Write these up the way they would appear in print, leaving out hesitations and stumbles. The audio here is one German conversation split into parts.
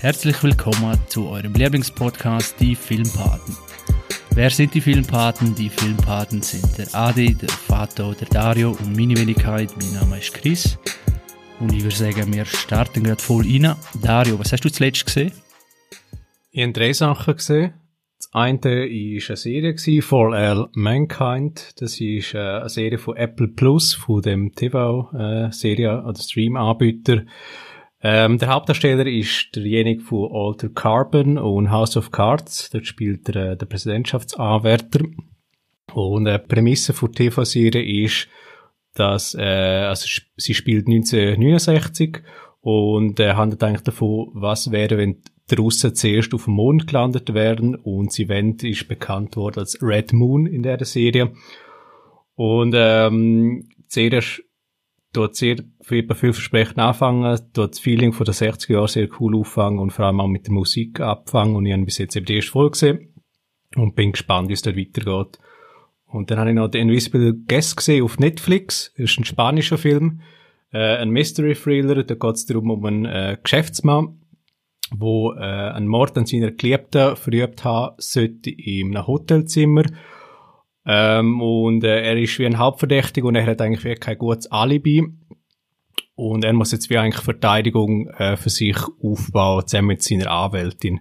Herzlich willkommen zu eurem Lieblingspodcast, die Filmpaten. Wer sind die Filmpaten? Die Filmpaten sind der Adi, der Fato, der Dario und meine Wenigkeit. Mein Name ist Chris. Und ich würde sagen, wir starten gerade voll rein. Dario, was hast du zuletzt gesehen? Ich habe 3 Sachen gesehen. Das eine war eine Serie, For All Mankind. Das ist eine Serie von Apple Plus, von dem TV-Serie- oder Stream-Anbieter. Der Hauptdarsteller ist derjenige von Altered Carbon und House of Cards. Dort spielt der Präsidentschaftsanwärter. Und die Prämisse der TV-Serie ist, dass sie spielt 1969 und handelt eigentlich davon, was wäre, wenn die Russen zuerst auf dem Mond gelandet wären, und das Event ist bekannt worden als Red Moon in der Serie. Und die Serie dort sehr vielversprechend anfangen, dort das Feeling von den 60er Jahren sehr cool auffangen und vor allem auch mit der Musik abfangen. Und ich habe bis jetzt eben die erste Folge gesehen und bin gespannt, wie es dort weitergeht. Und dann habe ich noch The Invisible Guest gesehen auf Netflix. Das ist ein spanischer Film, ein Mystery-Thriller. Da geht es darum, um einen Geschäftsmann, der einen Mord an seiner Geliebten verübt haben sollte in einem Hotelzimmer. Und er ist wie ein Hauptverdächtiger und er hat eigentlich wie kein gutes Alibi. Und er muss jetzt wie eigentlich Verteidigung für sich aufbauen, zusammen mit seiner Anwältin.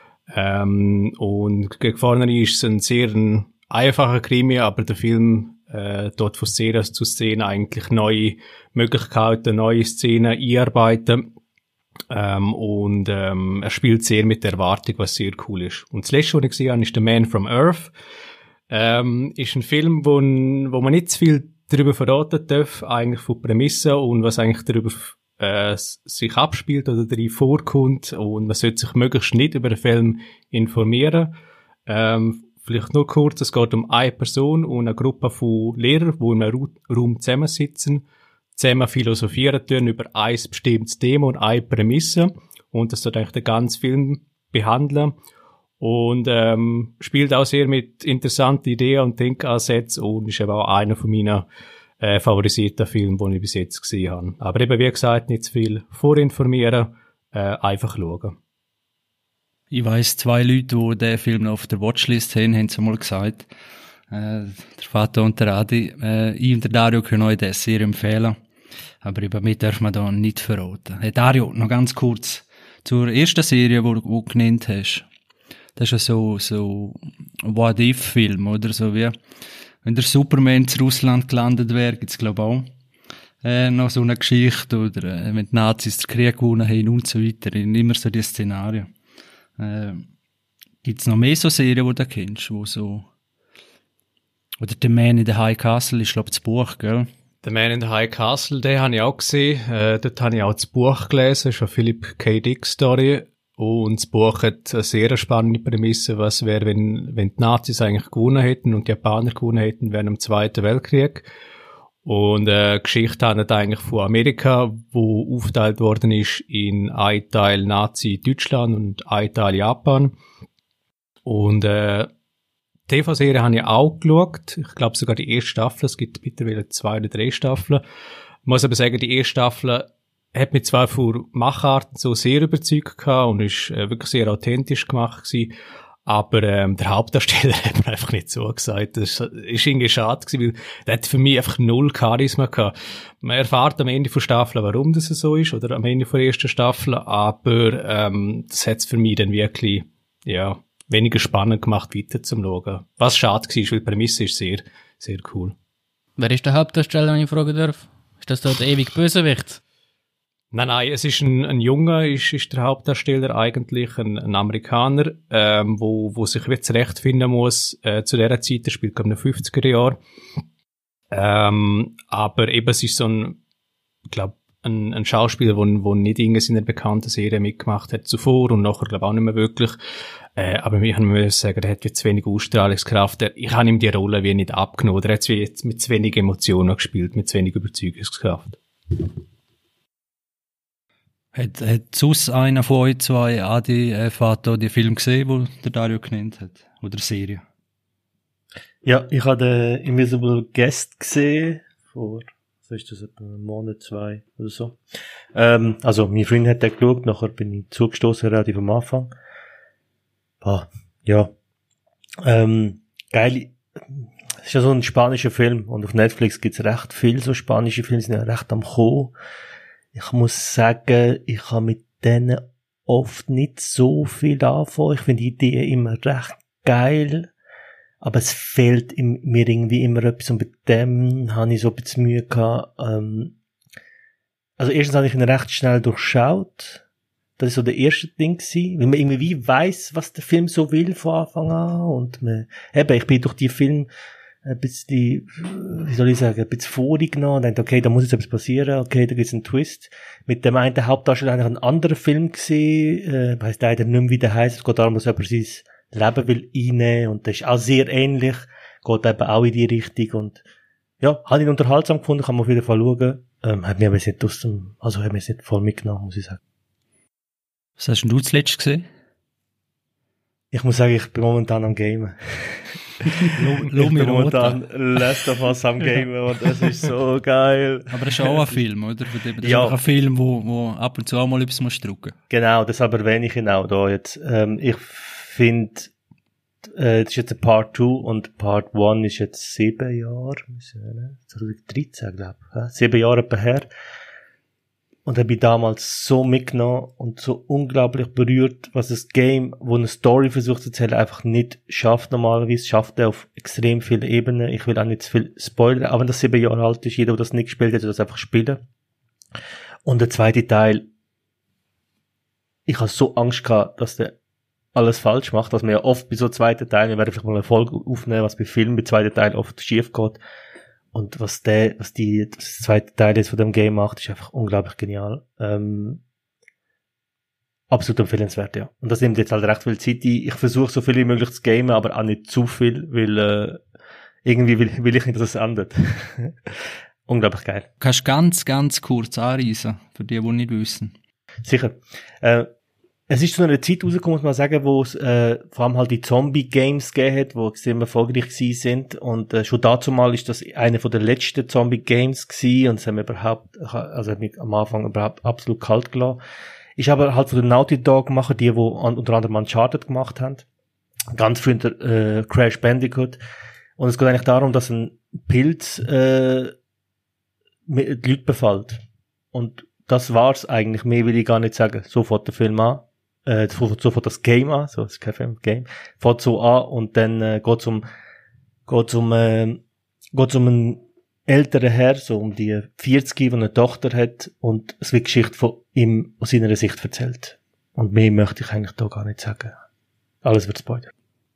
Und gegen vorne ist es ein sehr einfacher Krimi, aber der Film dort von Szene zu Szene eigentlich neue Möglichkeiten, neue Szenen einarbeiten. Er spielt sehr mit der Erwartung, was sehr cool ist. Und das letzte, was ich gesehen habe, ist The Man from Earth. Ist ein Film, wo man nicht zu viel darüber verraten darf, eigentlich von Prämissen und was eigentlich darüber sich abspielt oder darin vorkommt, und man sollte sich möglichst nicht über den Film informieren. Vielleicht nur kurz, es geht um eine Person und eine Gruppe von Lehrern, die in einem Raum zusammensitzen, zusammen philosophieren tun über ein bestimmtes Thema und eine Prämisse, und das soll eigentlich den ganzen Film behandeln. Und spielt auch sehr mit interessanten Ideen und Denkansätzen und ist eben auch einer von meinen favorisierten Filmen, die ich bis jetzt gesehen habe. Aber eben, wie gesagt, nicht zu viel vorinformieren, einfach schauen. Ich weiss, 2 Leute, die diesen Film noch auf der Watchlist haben es einmal gesagt. Der Fato und der Adi. Ich und der Dario können euch das sehr empfehlen. Aber über mich dürfen wir da nicht verraten. Hey Dario, noch ganz kurz zur ersten Serie, die du genannt hast. Das ist ja so What-If-Film, oder? So wie, wenn der Superman zu Russland gelandet wäre, gibt's glaub auch noch so eine Geschichte, oder wenn die Nazis den Krieg gewonnen haben und so weiter. Immer so die Szenarien. Gibt's noch mehr so Serien, die du kennst, wo so, oder The Man in the High Castle ist, glaub ich, das Buch, gell? The Man in the High Castle, den habe ich auch gesehen. Dort habe ich auch das Buch gelesen. Das ist eine Philip K. Dick Story. Und das Buch hat eine sehr spannende Prämisse, was wäre, wenn die Nazis eigentlich gewonnen hätten und die Japaner gewonnen hätten während dem Zweiten Weltkrieg. Und Geschichte handelt eigentlich von Amerika, wo aufgeteilt worden ist in ein Teil Nazi-Deutschland und ein Teil Japan. Und TV-Serie habe ich auch geschaut. Ich glaube sogar die erste Staffel. Es gibt mittlerweile 2 oder 3 Staffeln. Ich muss aber sagen, die erste Staffel hat mich zwar von Macharten so sehr überzeugt gehabt und ist wirklich sehr authentisch gemacht gewesen, aber der Hauptdarsteller hat mir einfach nicht so gesagt. Das ist irgendwie schade gewesen, weil der hat für mich einfach null Charisma gehabt. Man erfährt am Ende von Staffeln, warum das so ist, oder am Ende von der ersten Staffel, aber das hat es für mich dann wirklich weniger spannend gemacht, weiter zum Schauen. Was schade war, weil die Prämisse ist sehr, sehr cool. Wer ist der Hauptdarsteller, wenn ich fragen darf? Ist das der ewig Bösewicht? Nein, es ist ein Junge, ist der Hauptdarsteller eigentlich, ein Amerikaner, wo sich wie zurechtfinden muss, zu dieser Zeit, der spielt, glaube ich, in den 50er Jahren. Aber eben, es ist so ein Schauspieler, der nicht in seiner bekannten Serie mitgemacht hat zuvor und nachher, glaube ich, auch nicht mehr wirklich. Aber ich muss sagen, der hat jetzt zu wenig Ausstrahlungskraft. Ich habe ihm die Rolle wie nicht abgenommen. Er hat jetzt mit zu wenig Emotionen gespielt, mit zu wenig Überzeugungskraft. Hat sonst einer von euch 2, Adi, Fato, die Film gesehen, den der Dario genannt hat? Oder Serie? Ja, ich habe den Invisible Guest gesehen, vor So ist das etwa einen Monat, 2 oder so. Also, mein Freund hat den geschaut, nachher bin ich zugestoßen, relativ am Anfang. Ja. Geil. Es ist ja so ein spanischer Film und auf Netflix gibt's recht viel so spanische Filme, sind ja recht am Kommen. Ich muss sagen, ich habe mit denen oft nicht so viel anfangen. Ich finde die Idee immer recht geil. Aber es fehlt mir irgendwie immer etwas und bei dem habe ich so ein bisschen Mühe gehabt. Also erstens habe ich ihn recht schnell durchschaut. Das ist so der erste Ding gewesen, weil man irgendwie weiss, was der Film so will von Anfang an und ich bin durch die Film ein bisschen, wie soll ich sagen, ein bisschen vorgenommen und dachte, okay, da muss jetzt etwas passieren, okay, da gibt's einen Twist. Mit dem einen Hauptdarsteller eigentlich ein anderer Film gewesen, heisst leider nicht mehr, wie der heisst, es geht darum, dass jemand sein Leben will einnehmen und das ist auch sehr ähnlich, geht eben auch in die Richtung und ja, habe ich unterhaltsam gefunden, kann man auf jeden Fall schauen, hat mir aber jetzt nicht hat mir jetzt nicht voll mitgenommen, muss ich sagen. Was hast denn du zuletzt gesehen? Ich muss sagen, ich bin momentan am Gamen. Ich bin momentan Last of Us am Gamen und es ist so geil. Aber es ist auch ein Film, oder? Das ist auch ein Film, wo ab und zu auch mal etwas drücken muss. Genau, deshalb erwähne ich ihn auch da jetzt. Ich finde, das ist jetzt ein Part 2 und Part 1 ist jetzt 7 Jahre, 2013, glaube ich. 7 Jahre etwa her. Und habe ich damals so mitgenommen und so unglaublich berührt, was das Game, wo eine Story versucht zu erzählen, einfach nicht schafft normalerweise, schafft er auf extrem vielen Ebenen. Ich will auch nicht zu viel spoilern, aber wenn das 7 Jahre alt ist, jeder, der das nicht gespielt hat, soll das einfach spielen. Und der zweite Teil, ich habe so Angst gehabt, dass der alles falsch macht, was man ja oft bei so zweiten Teilen, wir werden vielleicht mal eine Folge aufnehmen, was bei Filmen bei zweiten Teilen oft schief geht. Und was das zweite Teil jetzt von dem Game macht, ist einfach unglaublich genial. Absolut empfehlenswert, ja. Und das nimmt jetzt halt recht viel Zeit ein. Ich versuche so viel wie möglich zu gamen, aber auch nicht zu viel, weil irgendwie will ich nicht, dass es endet. Unglaublich geil. Du kannst ganz, ganz kurz anreisen, für die nicht wissen. Sicher. Es ist zu einer Zeit rausgekommen, muss man sagen, wo es vor allem halt die Zombie-Games gegeben hat, die extrem erfolgreich gewesen sind. Und schon dazu mal ist das eine von den letzten Zombie-Games gewesen und es hat mich am Anfang überhaupt absolut kalt gelassen. Ist aber halt von den Naughty Dog gemacht, die unter anderem Uncharted gemacht haben. Ganz früher Crash Bandicoot. Und es geht eigentlich darum, dass ein Pilz die Leute befällt. Und das war's eigentlich. Mehr will ich gar nicht sagen. So fängt der Film an. So fängt das Game an. So, das ist kein Film, Game. Fängt so an und dann geht's um einen älteren Herr, so um die 40, die eine Tochter hat und es wird Geschichte von ihm aus seiner Sicht erzählt. Und mehr möchte ich eigentlich da gar nicht sagen. Alles wird Spoiler.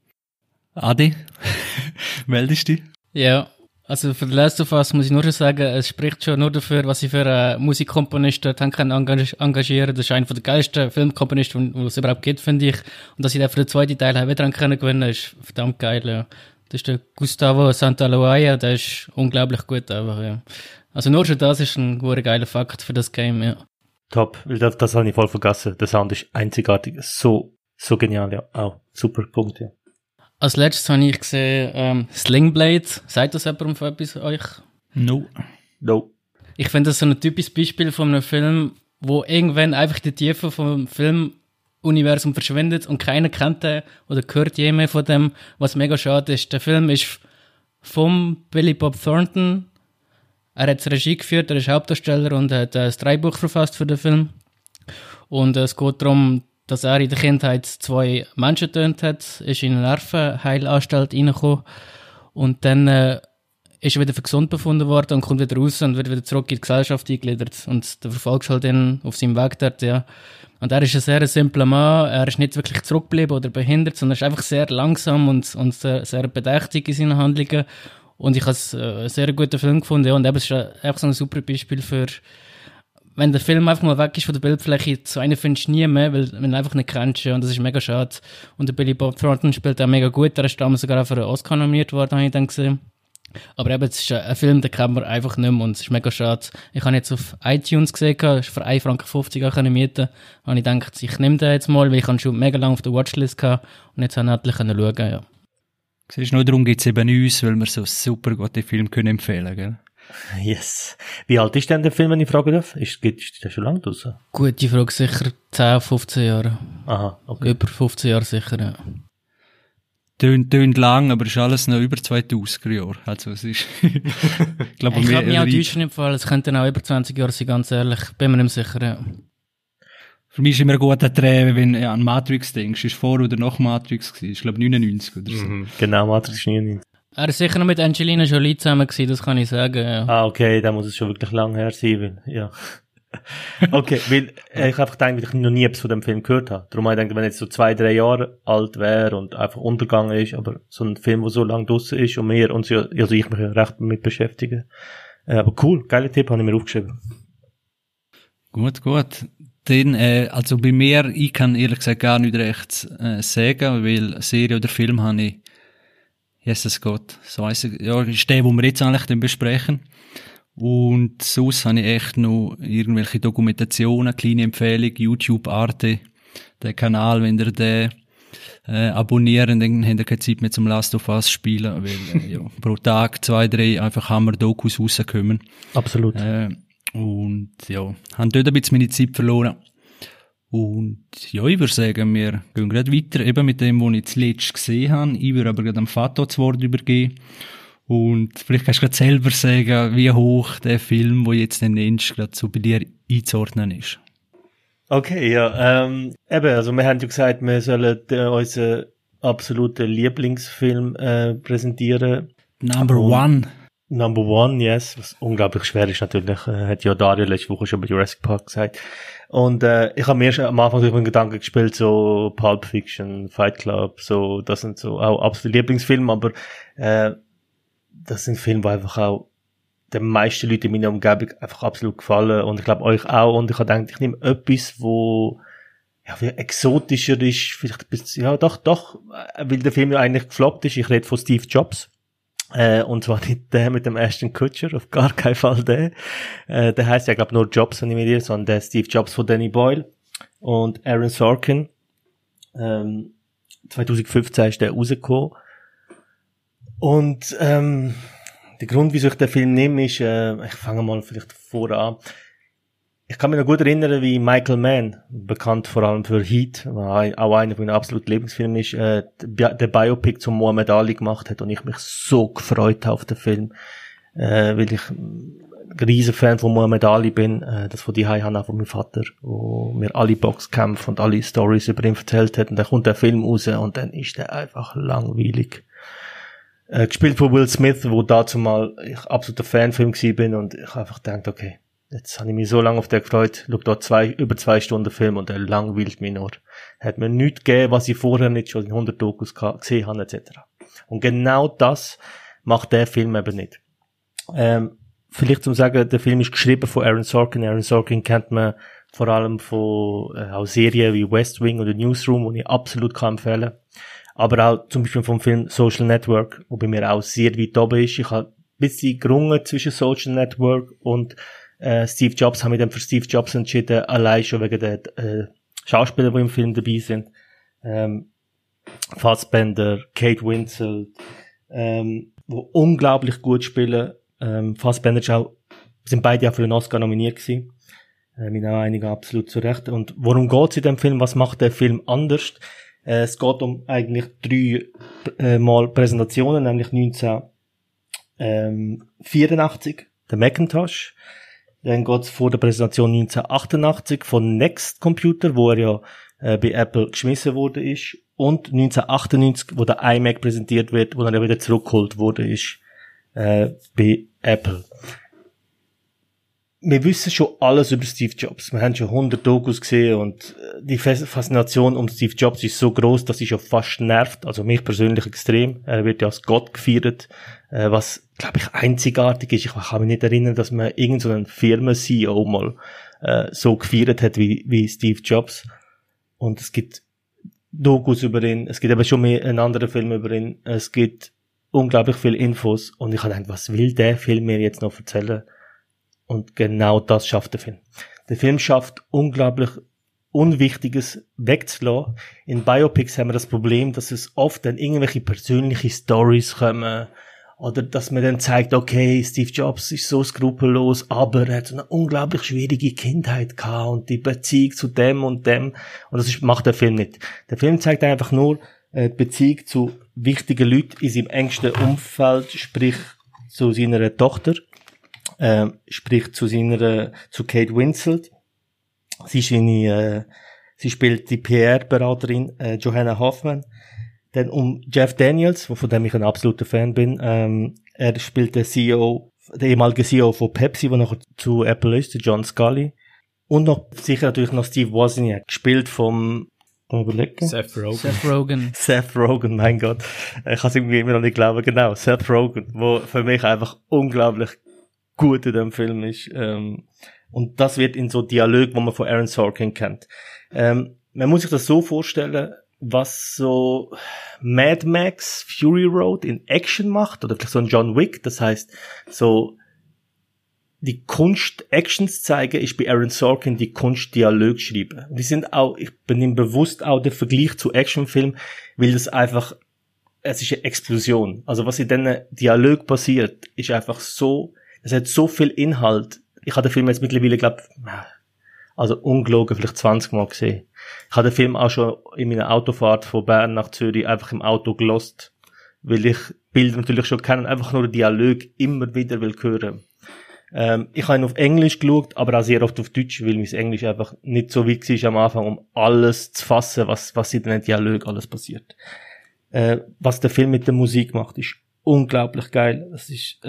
Adi, meldest du dich? Ja, also für The Last of Us muss ich nur schon sagen, es spricht schon nur dafür, was ich für einen Musikkomponist dort engagieren. Das ist einer der geilsten Filmkomponisten, die es überhaupt gibt, finde ich. Und dass ich den für den zweiten Teil wieder gewinnen können, ist verdammt geil, ja. Das ist der Gustavo Santaolalla, der ist unglaublich gut einfach, ja. Also nur schon das ist ein guter geiler Fakt für das Game, ja. Top, das habe ich voll vergessen. Der Sound ist einzigartig, so genial, ja. Auch super Punkt, ja. Als letztes habe ich gesehen, Sling Blade. Sagt das jemandem von etwas euch? No. Ich finde das so ein typisches Beispiel von einem Film, wo irgendwann einfach die Tiefe vom Filmuniversum verschwindet und keiner kennt den oder hört je mehr von dem, was mega schade ist. Der Film ist vom Billy Bob Thornton. Er hat die Regie geführt, er ist Hauptdarsteller und hat das Drehbuch verfasst für den Film. Und es geht darum, dass er in der Kindheit 2 Menschen getötet hat, ist in eine Nervenheilanstalt reingekommen und dann ist er wieder für gesund befunden worden und kommt wieder raus und wird wieder zurück in die Gesellschaft eingegliedert. Und du verfolgst halt ihn auf seinem Weg dort, ja. Und er ist ein sehr simpler Mann, er ist nicht wirklich zurückgeblieben oder behindert, sondern er ist einfach sehr langsam und sehr, sehr bedächtig in seinen Handlungen. Und ich habe es einen sehr guten Film gefunden, ja. Und es ist einfach so ein super Beispiel für, wenn der Film einfach mal weg ist von der Bildfläche, so einen findest du nie mehr, weil du ihn einfach nicht kennst, und das ist mega schade. Und der Billy Bob Thornton spielt auch mega gut, der ist damals sogar auch für einen Oscar nominiert worden, habe ich dann gesehen. Aber eben, es ist ein Film, den kennt man einfach nicht mehr und es ist mega schade. Ich habe jetzt auf iTunes gesehen, ist für 1,50 Franken auch mieten. Und ich dachte, ich nehme den jetzt mal, weil ich schon mega lange auf der Watchlist gehabt und jetzt habe ich endlich schauen, ja. Siehst du, nur darum gibt es eben uns, weil wir so super gute Filme können empfehlen, gell? Yes. Wie alt ist denn der Film, wenn ich fragen darf? Ist der schon lange draussen? Gute Frage, sicher 10, 15 Jahre. Aha, okay. Über 15 Jahre sicher, ja. Tönt lang, aber ist alles noch über 2000er Jahre. Also es ist, ich glaube, Ich habe mich auch täuschen im Fall, es könnte dann auch über 20 Jahre sein, ganz ehrlich. Bin mir nicht sicher, ja. Für mich ist immer ein guter Dreh, wenn du an Matrix denkst. Ist vor oder nach Matrix gewesen? Ich glaube 99 oder so. Genau, Matrix 99. Er ist sicher noch mit Angelina Jolie zusammen gewesen, das kann ich sagen, ja. Ah, okay, da muss es schon wirklich lang her sein, weil, ja. Okay, weil ich einfach denke, weil ich noch nie etwas von dem Film gehört habe. Darum habe ich gedacht, wenn jetzt so 2-3 Jahre alt wäre und einfach untergegangen ist, aber so ein Film, der so lang draussen ist und mir und also ich mich ja recht damit beschäftige. Aber cool, geiler Tipp, habe ich mir aufgeschrieben. Gut. Dann, also bei mir, ich kann ehrlich gesagt gar nicht recht sagen, weil Serie oder Film habe ich, Jesus Gott, so weiss ich, ja, ist der, wo wir jetzt eigentlich dann besprechen. Und sonst habe ich echt noch irgendwelche Dokumentationen, kleine Empfehlung, YouTube, Arte, der Kanal, wenn ihr den abonnieren, dann habt ihr keine Zeit mehr zum Last of Us spielen, weil ja, pro Tag 2-3 einfach Hammer-Dokus rauskommen. Absolut. Und ja, haben dort ein bisschen meine Zeit verloren. Und ja, ich würde sagen, wir gehen gerade weiter, eben mit dem, was ich zuletzt gesehen habe. Ich würde aber gerade am Fato das Wort übergeben. Und vielleicht kannst du gerade selber sagen, wie hoch der Film, den jetzt den nennst, gerade so bei dir einzuordnen ist. Okay, ja, eben, also wir haben ja gesagt, wir sollen unseren absoluten Lieblingsfilm präsentieren. Number one, yes, was unglaublich schwer ist natürlich, hat ja Dario letzte Woche schon bei Jurassic Park gesagt. Und ich habe mir schon am Anfang durch den Gedanken gespielt, so Pulp Fiction, Fight Club, so, das sind so auch absolute Lieblingsfilme, aber das sind Filme, die einfach auch den meisten Leuten in meiner Umgebung einfach absolut gefallen und ich glaube euch auch und ich habe gedacht, ich nehme etwas, wo ja, wie exotischer ist, vielleicht ein bisschen, ja doch, weil der Film ja eigentlich gefloppt ist, ich rede von Steve Jobs. Und zwar nicht der mit dem Ashton Kutcher, auf gar keinen Fall der. Der heisst ja, glaube nur Jobs, wenn ich mir sondern der Steve Jobs von Danny Boyle und Aaron Sorkin. 2015 ist der rausgekommen. Und der Grund, wieso ich den Film nehme, ist, ich fange mal vielleicht voran. Ich kann mich noch gut erinnern, wie Michael Mann, bekannt vor allem für Heat, was auch einer meiner absoluten Lieblingsfilme ist, der Biopic zum Muhammad Ali gemacht hat und ich mich so gefreut habe auf den Film, weil ich ein riesen Fan von Muhammad Ali bin, das von die habe von meinem Vater, wo mir alle Boxkämpfe und alle Stories über ihn erzählt hat und dann kommt der Film raus und dann ist der einfach langweilig. Gespielt von Will Smith, wo dazu mal ich absoluter Fan von ihm gewesen bin und ich einfach gedacht, okay, jetzt habe ich mich so lange auf den gefreut, schau da über 2 Stunden Film und der langweilt mich nur. Hat mir nichts gegeben, was ich vorher nicht schon in 100 Dokus gesehen habe, etc. Und genau das macht der Film eben nicht. Vielleicht zum Sagen, der Film ist geschrieben von Aaron Sorkin. Aaron Sorkin kennt man vor allem von auch Serien wie West Wing oder Newsroom, die ich absolut kann empfehlen. Aber auch zum Beispiel vom Film Social Network, wo bei mir auch sehr weit oben ist. Ich habe ein bisschen gerungen zwischen Social Network und Steve Jobs, habe mich dann für Steve Jobs entschieden, allein schon wegen der Schauspieler, die im Film dabei sind. Fassbender, Kate Winslet, wo unglaublich gut spielen. Fassbender ist auch, sind beide auch für den Oscar nominiert gewesen. Meiner Meinung nach absolut zu Recht. Und worum geht's in dem Film? Was macht der Film anders? Es geht um eigentlich 3 Mal Präsentationen, nämlich 1984, der Macintosh. Dann geht's vor der Präsentation 1988 von Next Computer, wo er ja bei Apple geschmissen wurde ist. Und 1998, wo der iMac präsentiert wird, wo dann er wieder zurückgeholt wurde ist bei Apple. Wir wissen schon alles über Steve Jobs. Wir haben schon 100 Dokus gesehen und die Faszination um Steve Jobs ist so groß, dass sie schon fast nervt. Also mich persönlich extrem. Er wird ja als Gott gefeiert, was, glaube ich, einzigartig ist. Ich kann mich nicht erinnern, dass man irgendeinen Firmen-CEO mal so gefeiert hat wie Steve Jobs. Und es gibt Dokus über ihn. Es gibt aber schon mehr einen anderen Film über ihn. Es gibt unglaublich viele Infos. Und ich habe gedacht, was will der Film mir jetzt noch erzählen? Und genau das schafft der Film. Der Film schafft unglaublich Unwichtiges wegzulassen. In Biopics haben wir das Problem, dass es oft dann irgendwelche persönliche Stories kommen Oder dass man dann zeigt, okay, Steve Jobs ist so skrupellos, aber er hat so eine unglaublich schwierige Kindheit gehabt und die Beziehung zu dem und dem. Und das macht der Film nicht. Der Film zeigt einfach nur die Beziehung zu wichtigen Leuten in seinem engsten Umfeld, sprich zu seiner Tochter, sprich zu Kate Winslet. Sie spielt die PR-Beraterin Johanna Hoffman. Dann um Jeff Daniels, von dem ich ein absoluter Fan bin. Er spielt den ehemalige CEO von Pepsi, der nachher zu Apple ist, der John Scully. Und noch sicher natürlich noch Steve Wozniak, gespielt vom Seth Rogen, mein Gott. Ich kann es irgendwie immer noch nicht glauben. Genau, Seth Rogen, wo für mich einfach unglaublich gut in dem Film ist. Und das wird in so Dialog, wo man von Aaron Sorkin kennt. Man muss sich das so vorstellen, was so Mad Max Fury Road in Action macht, oder so ein John Wick, das heißt, so die Kunst Actions zeigen, ist bei Aaron Sorkin die Kunst Dialog schreiben. Und die sind auch, ich bin ihm bewusst auch der Vergleich zu Actionfilm, weil das einfach, es ist eine Explosion. Also was in diesen Dialog passiert, ist einfach so, es hat so viel Inhalt. Ich habe den Film jetzt mittlerweile, also ungelogen, vielleicht 20 Mal gesehen. Ich habe den Film auch schon in meiner Autofahrt von Bern nach Zürich einfach im Auto gelost, weil ich Bilder natürlich schon kenne, einfach nur den Dialog immer wieder will hören. Ich habe ihn auf Englisch geschaut, aber auch sehr oft auf Deutsch, weil mein Englisch einfach nicht so weit war am Anfang, um alles zu fassen, was in den Dialog alles passiert. Was der Film mit der Musik macht, ist unglaublich geil. Das ist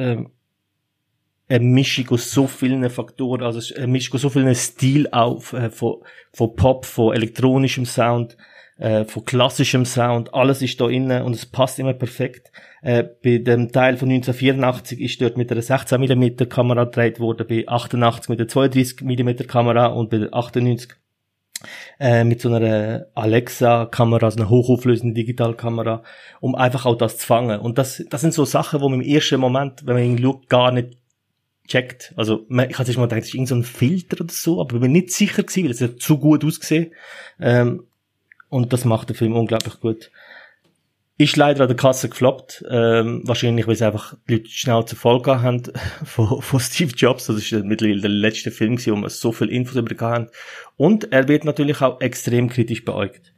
eine Mischung aus so vielen Faktoren, also eine Mischung aus so vielen Stil auf, von Pop, von elektronischem Sound, von klassischem Sound, alles ist da innen und es passt immer perfekt. Bei dem Teil von 1984 ist dort mit einer 16mm Kamera gedreht worden, bei 88 mit einer 32mm Kamera und bei 98 mit so einer Alexa-Kamera, so einer hochauflösenden Digitalkamera, um einfach auch das zu fangen. Und das sind so Sachen, wo man im ersten Moment, wenn man ihn schaut, gar nicht checkt. Also, ich hatte mal gedacht, das ist irgend so ein Filter oder so, aber ich bin nicht sicher gewesen, weil es hat zu gut ausgesehen. Und das macht der Film unglaublich gut. Ist leider an der Kasse gefloppt, wahrscheinlich, weil es einfach die Leute schnell zur Folge haben von Steve Jobs. Das ist mittlerweile der letzte Film gewesen, wo wir so viel Infos über ihn haben. Und er wird natürlich auch extrem kritisch beäugt.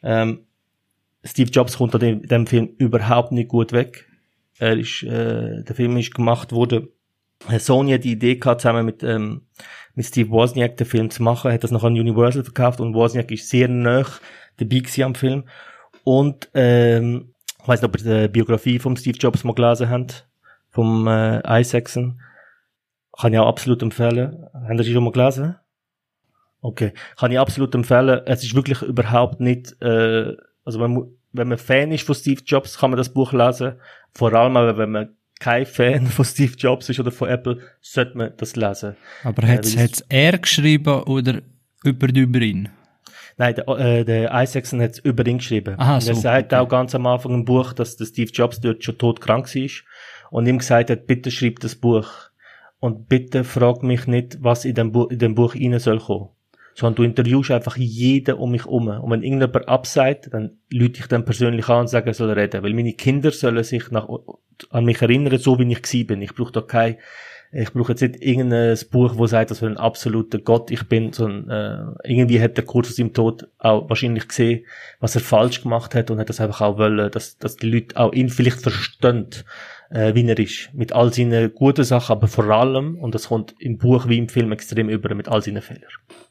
Steve Jobs kommt an dem Film überhaupt nicht gut weg. Der Film ist gemacht worden. Sony hat die Idee gehabt, zusammen mit Steve Wozniak den Film zu machen, hat das noch an Universal verkauft und Wozniak ist sehr nah dabei gewesen am Film. Und, ich weiss nicht, ob ihr die Biografie von Steve Jobs mal gelesen habt, vom Isaacson. Kann ich auch absolut empfehlen. Habt ihr sie schon mal gelesen? Okay. Kann ich absolut empfehlen. Es ist wirklich überhaupt nicht, also wenn man Fan ist von Steve Jobs, kann man das Buch lesen. Vor allem aber, wenn man kein Fan von Steve Jobs ist oder von Apple, sollte man das lesen. Aber hat's er geschrieben oder über ihn? Nein, der Isaacson hat es über ihn geschrieben. Aha, und er sagt auch ganz am Anfang im Buch, dass der Steve Jobs dort schon todkrank war und ihm gesagt hat, bitte schreib das Buch und bitte frag mich nicht, was in dem Buch rein soll kommen. Sondern du interviewst einfach jeden um mich herum. Und wenn irgendjemand absagt, dann lüte ich dann persönlich an und sage, er soll reden. Weil meine Kinder sollen sich an mich erinnern, so wie ich gewesen bin. Ich brauche jetzt nicht irgendein Buch, wo sagt, dass ich ein absoluter Gott ich bin, sondern irgendwie hat der kurz vor seinem Tod auch wahrscheinlich gesehen, was er falsch gemacht hat und hat das einfach auch wollen, dass die Leute auch ihn vielleicht verstehen, wie er ist. Mit all seinen guten Sachen, aber vor allem, und das kommt im Buch wie im Film extrem über, mit all seinen Fehlern.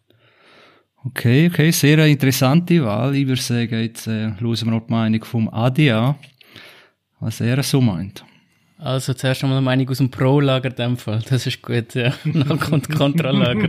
Okay, sehr eine interessante Wahl. Ich würde sagen, jetzt hören wir noch die Meinung vom Adi an, was er so meint. Also zuerst einmal eine Meinung aus dem Pro-Lager in dem Fall. Das ist gut, ja. Dann kommt Kontralager.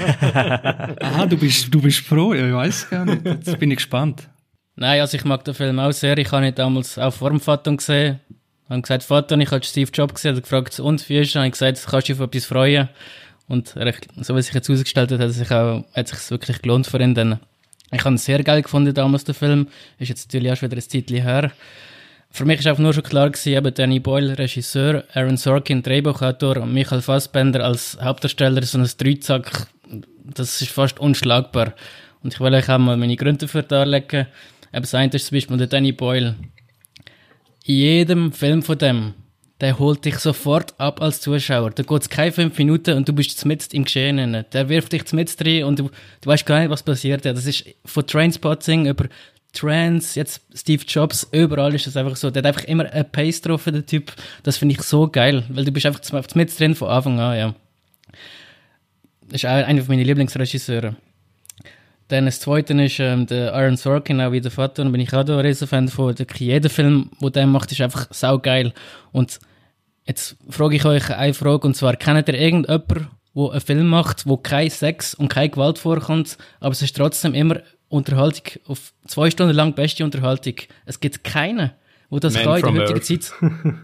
Aha, du bist Pro, ja, ich weiss gar nicht. Jetzt bin ich gespannt. Nein, also ich mag den Film auch sehr. Ich habe ihn damals auch vor dem Faton gesehen. Ich habe gesagt, Faton, ich habe Steve Jobs gesehen. Er hat gefragt, und wie ist er? Ich habe gesagt, kannst du dich auf etwas freuen? Und so wie sich jetzt herausgestellt hat, hat es sich wirklich gelohnt für ihn. Denn ich habe ihn sehr geil gefunden damals, den Film. Ist jetzt natürlich auch schon wieder ein Zeitchen her. Für mich ist einfach nur schon klar gewesen, eben Danny Boyle, Regisseur, Aaron Sorkin, Drehbuchautor und Michael Fassbender als Hauptdarsteller, so ein Dreizack, das ist fast unschlagbar. Und ich will euch auch mal meine Gründe dafür darlegen. Eben das eine ist zum Beispiel der Danny Boyle. In jedem Film von dem der holt dich sofort ab als Zuschauer. Da geht es keine 5 Minuten und du bist mitten im Geschehen. Der wirft dich mitten rein und du weißt gar nicht, was passiert. Ja, das ist von Trainspotting über Trance, jetzt Steve Jobs, überall ist das einfach so. Der hat einfach immer eine Pace drauf, der Typ. Das finde ich so geil, weil du bist einfach mitten drin von Anfang an, ja. Das ist auch einer meiner Lieblingsregisseure. Dann das Zweite ist der Aaron Sorkin, auch wie der Vater, und bin ich auch da ein Riesenfan von. Jeder Film, den der macht, ist einfach saugeil. Und jetzt frage ich euch eine Frage, und zwar, kennt ihr irgendjemanden, der einen Film macht, wo kein Sex und keine Gewalt vorkommt, aber es ist trotzdem immer Unterhaltung, auf 2 Stunden lang beste Unterhaltung. Es gibt keinen, der das kann in der heutigen Zeit.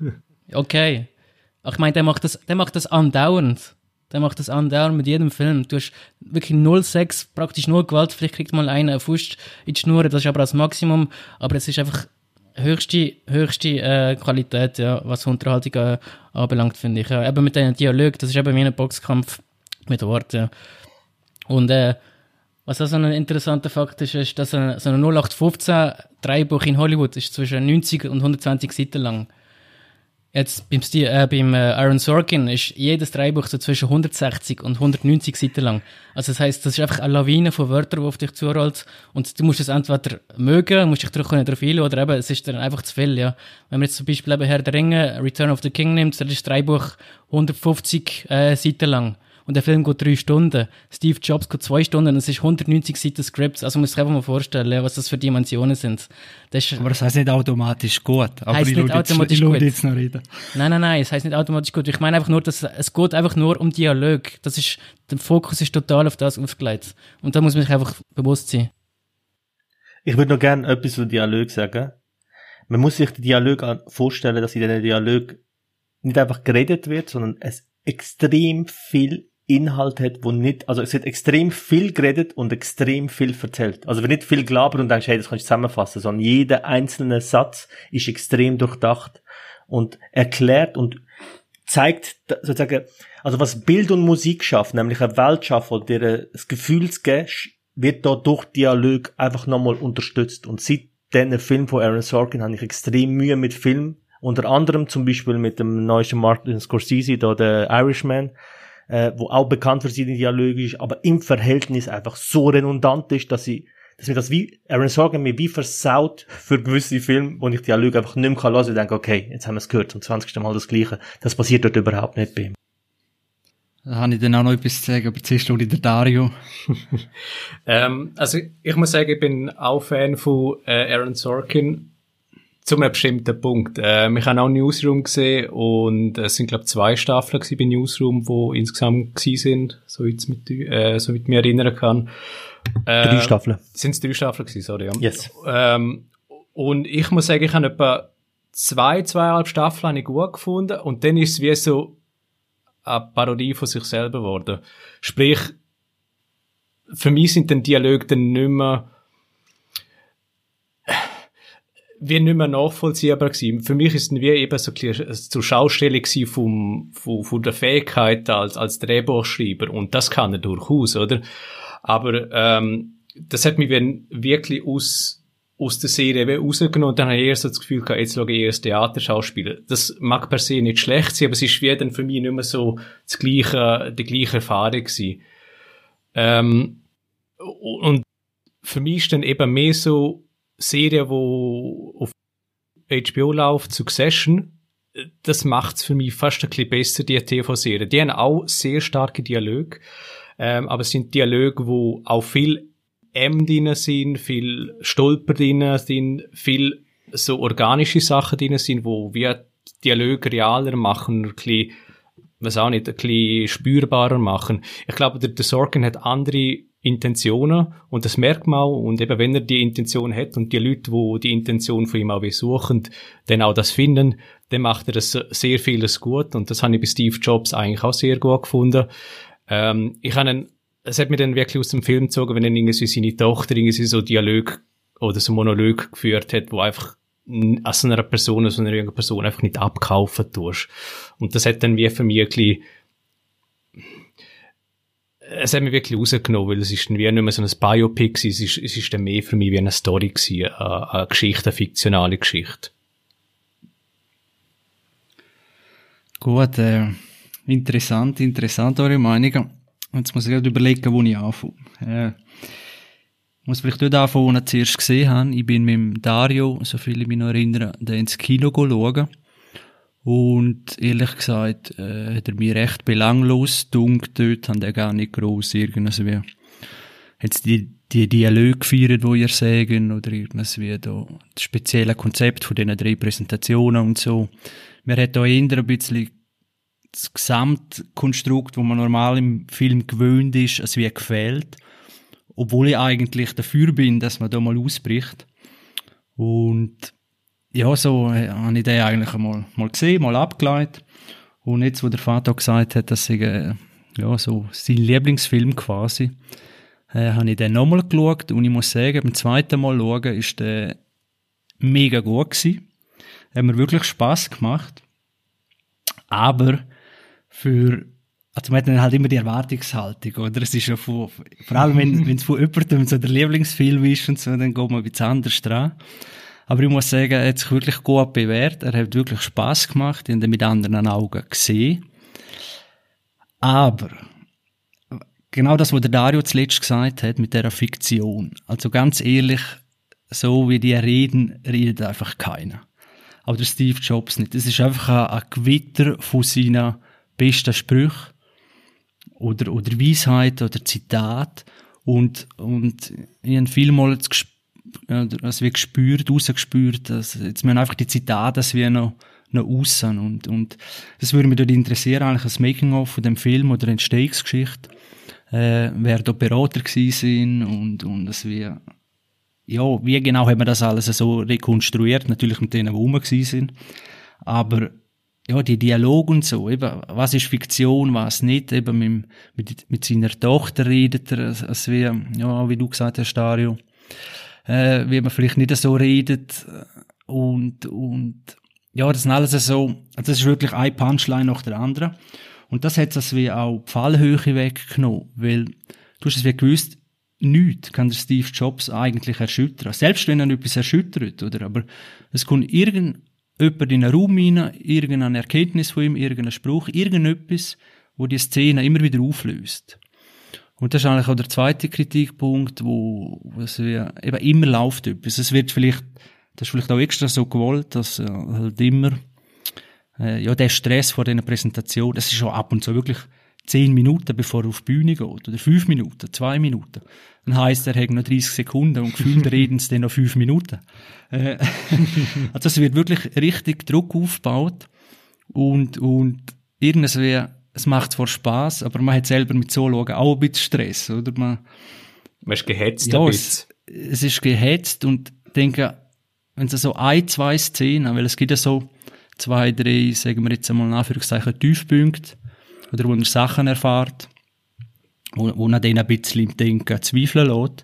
Okay. Ach, ich meine, der macht das andauernd. Der macht das andauernd mit jedem Film. Du hast wirklich 0 Sex, praktisch nur Gewalt. Vielleicht kriegt mal einer einen Fuß in die Schnur, das ist aber das Maximum. Aber es ist einfach höchste Qualität, ja, was Unterhaltung anbelangt, finde ich. Ja, eben mit diesen Dialog, das ist eben wie ein Boxkampf mit Worten. Ja. Und was auch so ein interessanter Fakt ist, ist, dass so ein 0815 Drehbuch in Hollywood ist zwischen 90 und 120 Seiten lang. Jetzt beim Aaron Sorkin ist jedes Drehbuch so zwischen 160 und 190 Seiten lang. Also das heisst, das ist einfach eine Lawine von Wörtern, die auf dich zurollt. Und du musst es entweder mögen, musst dich darauf einlassen, oder eben, es ist dann einfach zu viel, ja. Wenn man jetzt zum Beispiel eben Herr der Ringe, Return of the King nimmt, dann ist das Drehbuch 150 Seiten lang. Und der Film geht 3 Stunden. Steve Jobs geht 2 Stunden und es ist 190 Seiten Skript. Also man muss sich einfach mal vorstellen, ja, was das für Dimensionen sind. Aber das heisst nicht automatisch gut. Aber ich schaue jetzt noch reden. Nein, es heisst nicht automatisch gut. Ich meine einfach nur, dass es geht einfach nur um Dialog. Der Fokus ist total auf das aufgelegt. Und da muss man sich einfach bewusst sein. Ich würde noch gerne etwas zu Dialog sagen. Man muss sich den Dialog vorstellen, dass in diesem Dialog nicht einfach geredet wird, sondern es extrem viel Inhalt hat, also es wird extrem viel geredet und extrem viel erzählt. Also wenn nicht viel gelabert und denkst, hey, das kannst du zusammenfassen, sondern jeder einzelne Satz ist extrem durchdacht und erklärt und zeigt sozusagen, also was Bild und Musik schafft, nämlich eine Welt schafft, oder das Gefühl zu geben, wird da durch Dialog einfach nochmal unterstützt. Und seit diesen Film von Aaron Sorkin habe ich extrem Mühe mit Film, unter anderem zum Beispiel mit dem neuesten Martin Scorsese, da der Irishman, wo auch bekannt für seine Dialoge ist, aber im Verhältnis einfach so redundant ist, dass mir das wie, Aaron Sorkin mir wie versaut für gewisse Filme, wo ich Dialoge einfach nicht mehr hören kann und denke, okay, jetzt haben wir es gehört, zum 20. Mal das Gleiche. Das passiert dort überhaupt nicht bei ihm. Da habe ich dann auch noch etwas zu sagen, aber zuerst noch der Dario. Also ich muss sagen, ich bin auch Fan von Aaron Sorkin, zu einem bestimmten Punkt. Wir haben auch Newsroom gesehen und es sind, glaube ich, 2 Staffeln bei Newsroom, die insgesamt gewesen sind, so wie ich mich erinnern kann. 3 Staffeln. Sind es 3 Staffeln gewesen, sorry, ja. Yes. Und ich muss sagen, ich habe etwa 2,5 Staffeln habe ich gut gefunden und dann ist es wie so eine Parodie von sich selber geworden. Sprich, für mich sind dann Dialoge dann nicht mehr nachvollziehbar gewesen. Für mich ist es wie eben so ein zur Schaustellung von der Fähigkeit als Drehbuchschreiber. Und das kann er durchaus, oder? Aber, das hat mich wirklich aus der Serie rausgenommen. Und dann habe ich eher so das Gefühl gehabt, jetzt schaue ich eher das Theaterschauspiel. Das mag per se nicht schlecht sein, aber es ist wie dann für mich nicht mehr so die gleiche Erfahrung gewesen. Und für mich ist dann eben mehr so Serie, die auf HBO läuft, Succession, das macht's für mich fast ein bisschen besser, die TV-Serie. Die haben auch sehr starke Dialoge, aber es sind Dialoge, wo auch viel drin sind, viel Stolper drin sind, viel so organische Sachen drin sind, wo wir Dialoge realer machen, ein bisschen, ein bisschen spürbarer machen. Ich glaube, der Sorkin hat andere Intentionen und das merkt man auch, und eben wenn er die Intention hat und die Leute, die die Intention von ihm auch suchen, dann auch das finden, dann macht er das sehr vieles gut und das habe ich bei Steve Jobs eigentlich auch sehr gut gefunden. Es hat mir dann wirklich aus dem Film gezogen, wenn dann irgendwie seine Tochter irgendwie so Dialog oder so Monolog geführt hat, wo einfach aus einer Person, aus einer jungen Person einfach nicht abkaufen tust. Und das hat dann wie für mich ein bisschen, es hat mich wirklich rausgenommen, weil es ist dann wie nicht mehr so ein Biopic, es ist dann mehr für mich wie eine Story gewesen, eine Geschichte, eine fiktionale Geschichte. Gut, interessant eure Meinungen. Jetzt muss ich gerade überlegen, wo ich anfange. Ich muss vielleicht dort anfangen, wo ich zuerst gesehen habe. Ich bin mit dem Dario, so viel ich mich noch erinnere, dann ins Kino schauen. Und ehrlich gesagt, hat er mich recht belanglos gedunkt dort, haben er gar nicht gross irgendwas wie, hat's die Dialoge gefeiert, die ihr sagen, oder irgendwas wie da, das spezielle Konzept von diesen 3 Präsentationen und so. Mir hat da eher ein bisschen das Gesamtkonstrukt, das man normal im Film gewöhnt ist, als wie gefehlt. Obwohl ich eigentlich dafür bin, dass man da mal ausbricht. Und ja, so habe ich den eigentlich mal gesehen, mal abgeleitet. Und jetzt, wo der Vater gesagt hat, dass ich, ja, so sein Lieblingsfilm quasi, habe ich den nochmal geschaut. Und ich muss sagen, beim zweiten Mal schauen, ist der mega gut gewesen. Hat mir wirklich Spass gemacht. Aber also man hat dann halt immer die Erwartungshaltung, oder? Es ist ja vor allem wenn es von jemandem so der Lieblingsfilm ist und so, dann geht man ein bisschen anders dran. Aber ich muss sagen, er hat sich wirklich gut bewährt, er hat wirklich Spass gemacht, ich habe ihn mit anderen Augen gesehen. Aber genau das, was der Dario zuletzt gesagt hat, mit dieser Fiktion. Also ganz ehrlich, so wie die reden, redet einfach keiner. Aber der Steve Jobs nicht. Es ist einfach ein Gewitter von seinen besten Sprüchen oder Weisheit oder Zitat. Und ich habe vielmals rausgespürt, dass jetzt müssen einfach die Zitate, dass wir noch aussen. Und das würde mich dort interessieren, eigentlich das Making-of von dem Film oder Entstehungsgeschichte, wer da Berater gewesen sind und das wie genau hat man das alles so rekonstruiert, natürlich mit denen, die rum gewesen sind. Aber ja, die Dialoge und so, eben, was ist Fiktion, was nicht, eben mit seiner Tochter redet er, als wie du gesagt hast, Dario, wie man vielleicht nicht so redet und ja, das sind alles so, das ist wirklich ein Punchline nach der anderen und das hat es wie auch die Fallhöhe weggenommen, weil du hast es wie gewusst, nichts kann der Steve Jobs eigentlich erschüttern, selbst wenn er etwas erschüttert, oder, aber es kommt jemand in einen Raum rein, irgendeine Erkenntnis von ihm, irgendein Spruch, irgendetwas, wo die Szene immer wieder auflöst. Und das ist eigentlich auch der zweite Kritikpunkt, wo es eben immer läuft etwas. Das ist vielleicht auch extra so gewollt, dass halt immer, der Stress vor dieser Präsentation, das ist schon ab und zu wirklich 10 Minuten, bevor er auf die Bühne geht, oder 5 Minuten, 2 Minuten. Dann heisst, er hat noch 30 Sekunden und gefühlt reden sie dann noch 5 Minuten. Also es wird wirklich richtig Druck aufgebaut und irgendwie, es macht zwar Spass, aber man hat selber mit so schauen auch ein bisschen Stress, oder? Man ist gehetzt ja, ein bisschen. Es ist gehetzt und ich denke, wenn es so 1, 2 Szenen, weil es gibt ja so 2, 3, sagen wir jetzt einmal in Anführungszeichen, Tiefpunkte, oder wo er Sachen erfährt, wo er dann ein bisschen im Denken zweifeln lässt.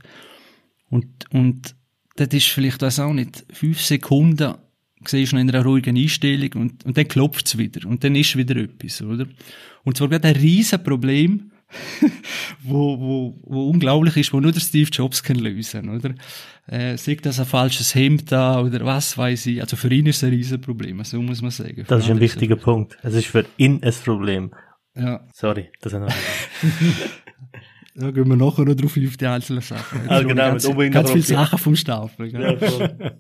Und das ist vielleicht das auch nicht 5 Sekunden, siehst du noch in einer ruhigen Einstellung und dann klopft es wieder und dann ist wieder etwas, oder? Und zwar gerade ein riesen Problem, wo unglaublich ist, wo nur der Steve Jobs kann lösen, oder? Sagt das ein falsches Hemd da oder was weiß ich. Also für ihn ist es ein riesen Problem, so muss man sagen. Das ist ein wichtiger Punkt. Es ist für ihn ein Problem. Ja. Sorry, das ist noch. Da gehen wir nachher noch drauf auf die einzelnen Sachen. Also genau, ganz viele Sachen vom Stapel. Ja, voll.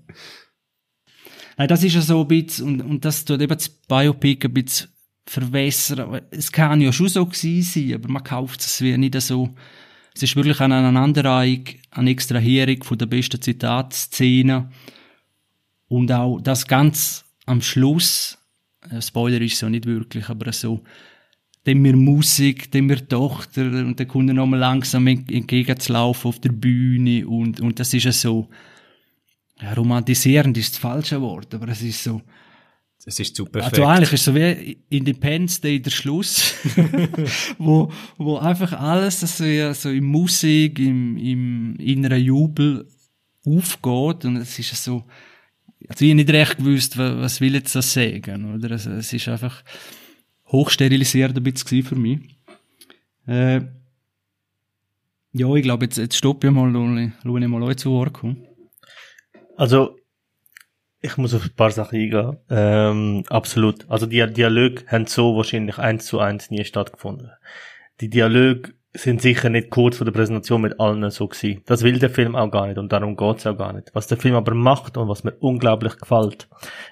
Nein, das ist ja so ein bisschen, und das tut eben das Biopic ein bisschen verwässern. Es kann ja schon so gewesen sein, aber man kauft es wie nicht so. Es ist wirklich eine Aneinanderreihung, eine Extrahierung von der besten Zitatszenen. Und auch das ganz am Schluss, Spoiler ist so nicht wirklich, aber so, dann wir Musik, dann wir Tochter, und dann kommt er nochmal langsam entgegenzulaufen auf der Bühne, und das ist ja so, ja, romantisierend ist das falsche Wort, aber es ist so, es ist zu perfekt. Also eigentlich ist es so wie Independence Day der Schluss, wo einfach alles so in Musik, im inneren Jubel aufgeht, und es ist so, also ich habe nicht recht gewusst, was will jetzt das sagen, oder? Also es ist einfach hochsterilisiert ein bisschen für mich. Ja, ich glaube, jetzt stoppe ich mal, schaue ich mal euch zu Wort kommen. Also, Ich muss auf ein paar Sachen eingehen. Absolut. Also die Dialoge haben so wahrscheinlich 1:1 nie stattgefunden. Die Dialoge sind sicher nicht kurz vor der Präsentation mit allen so gewesen. Das will der Film auch gar nicht und darum geht's auch gar nicht. Was der Film aber macht und was mir unglaublich gefällt,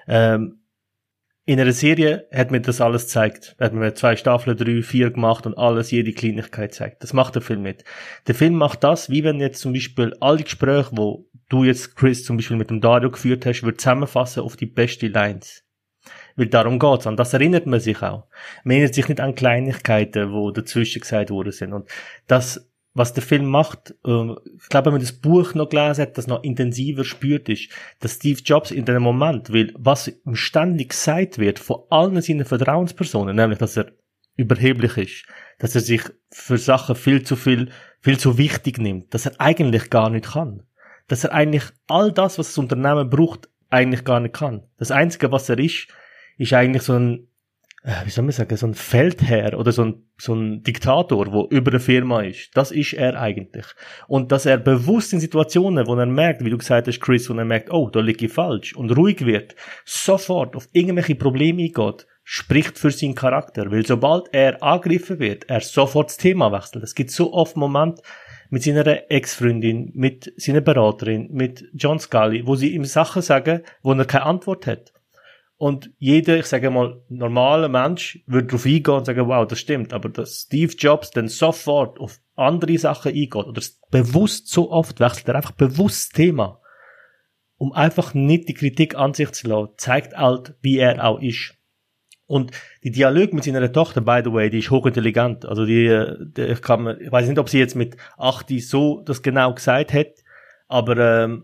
in einer Serie hat mir das alles gezeigt. Hat mir 2 Staffeln, 3, 4 gemacht und alles, jede Kleinigkeit zeigt. Das macht der Film nicht. Der Film macht das, wie wenn jetzt zum Beispiel all die Gespräche, wo du jetzt, Chris, zum Beispiel mit dem Dario geführt hast, würde zusammenfassen auf die beste Lines. Weil darum geht's. An das erinnert man sich auch. Man erinnert sich nicht an Kleinigkeiten, wo dazwischen gesagt worden sind. Und das, was der Film macht, ich glaube, wenn man das Buch noch gelesen hat, das noch intensiver spürt ist, dass Steve Jobs in dem Moment, weil was ihm ständig gesagt wird von allen seinen Vertrauenspersonen, nämlich, dass er überheblich ist, dass er sich für Sachen viel zu wichtig nimmt, dass er eigentlich gar nicht kann. Dass er eigentlich all das, was das Unternehmen braucht, eigentlich gar nicht kann. Das Einzige, was er ist eigentlich so ein, wie soll man sagen, so ein Feldherr oder so ein Diktator, der über der Firma ist. Das ist er eigentlich. Und dass er bewusst in Situationen, wo er merkt, wie du gesagt hast, Chris, wo er merkt, oh, da liege ich falsch und ruhig wird, sofort auf irgendwelche Probleme eingeht, spricht für seinen Charakter. Weil sobald er angegriffen wird, er sofort das Thema wechselt. Es gibt so oft Momente mit seiner Ex-Freundin, mit seiner Beraterin, mit John Scully, wo sie ihm Sachen sagen, wo er keine Antwort hat. Und jeder, ich sage mal, normaler Mensch würde darauf eingehen und sagen, wow, das stimmt. Aber dass Steve Jobs dann sofort auf andere Sachen eingeht oder bewusst so oft wechselt, er einfach bewusst das Thema, um einfach nicht die Kritik an sich zu lassen, zeigt halt, wie er auch ist. Und die Dialog mit seiner Tochter, by the way, die ist hochintelligent. Also ich weiß nicht, ob sie jetzt mit 8 so das genau gesagt hat, aber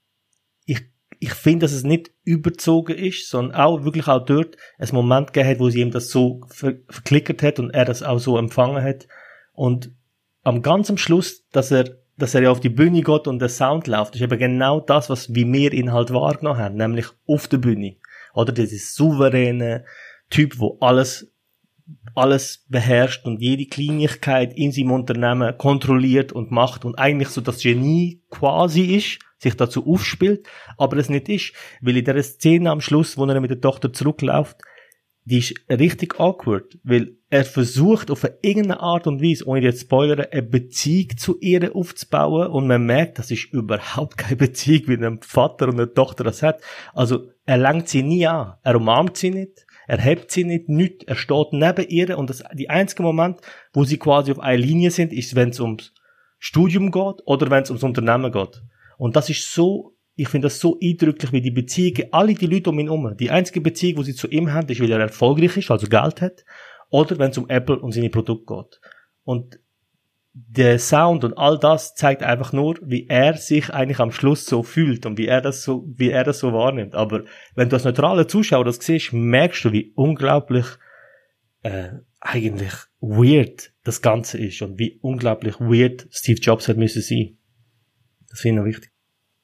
ich finde, dass es nicht überzogen ist, sondern auch wirklich auch dort einen Moment gegeben hat, wo sie ihm das so verklickert hat und er das auch so empfangen hat. Und am ganz am Schluss, dass er ja auf die Bühne geht und der Sound läuft, ist eben genau das, was wie wir ihn halt wahrgenommen haben, nämlich auf der Bühne. Oder dieses souveräne Typ, wo alles beherrscht und jede Kleinigkeit in seinem Unternehmen kontrolliert und macht und eigentlich so das Genie quasi ist, sich dazu aufspielt, aber es nicht ist. Weil in der Szene am Schluss, wo er mit der Tochter zurückläuft, die ist richtig awkward, weil er versucht auf irgendeine Art und Weise, ohne jetzt zu spoilern, eine Beziehung zu ihr aufzubauen und man merkt, das ist überhaupt keine Beziehung, wie ein Vater und eine Tochter das hat. Also er lenkt sie nie an, er umarmt sie nicht, er hebt sie nicht, er steht neben ihr und die einzige Moment, wo sie quasi auf einer Linie sind, ist, wenn es ums Studium geht oder wenn es ums Unternehmen geht. Und das ist so, ich finde das so eindrücklich, wie die Beziehungen, alle die Leute um ihn herum, die einzige Beziehung, die sie zu ihm haben, ist, weil er erfolgreich ist, also Geld hat, oder wenn es um Apple und seine Produkte geht. Und der Sound und all das zeigt einfach nur, wie er sich eigentlich am Schluss so fühlt und wie er das so wahrnimmt. Aber wenn du als neutraler Zuschauer das siehst, merkst du, wie unglaublich eigentlich weird das Ganze ist und wie unglaublich weird Steve Jobs hat müssen sein. Das finde ich noch wichtig.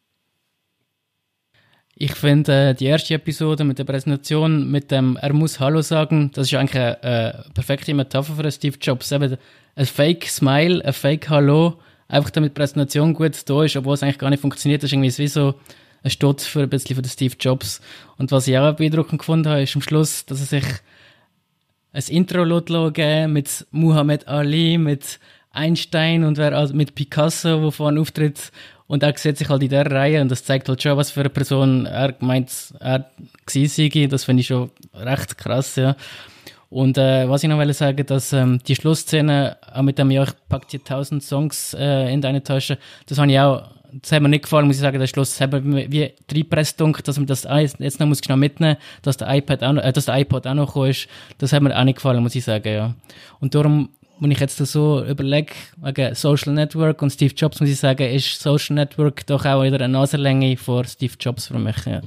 Ich finde, die erste Episode mit der Präsentation, mit dem er muss Hallo sagen, das ist eigentlich eine perfekte Metapher für Steve Jobs. Eben ein Fake-Smile, ein Fake-Hallo, einfach damit die Präsentation gut da ist, obwohl es eigentlich gar nicht funktioniert. Das ist irgendwie wie so ein Stutz für ein bisschen von Steve Jobs. Und was ich auch beeindruckend gefunden habe, ist am Schluss, dass er sich ein Intro geben mit Muhammad Ali, mit Einstein und mit Picasso, der vorne auftritt. Und er sieht sich halt in der Reihe und das zeigt halt schon, was für eine Person er meint, er sei. Das finde ich schon recht krass, ja. Und was ich noch will sagen, dass die Schlussszene auch mit dem «Ja, ich pack dir 1000 Songs in deine Tasche», das hat mir nicht gefallen, muss ich sagen. Der Schluss hat mir wie reingepresst, dass man das jetzt noch schnell mitnehmen muss, dass der iPod auch noch gekommen ist. Das hat mir auch nicht gefallen, muss ich sagen, ja. Und darum, wenn ich jetzt so überlege, wegen Social Network und Steve Jobs, muss ich sagen, ist Social Network doch auch wieder eine Nasenlänge vor Steve Jobs für mich, ja.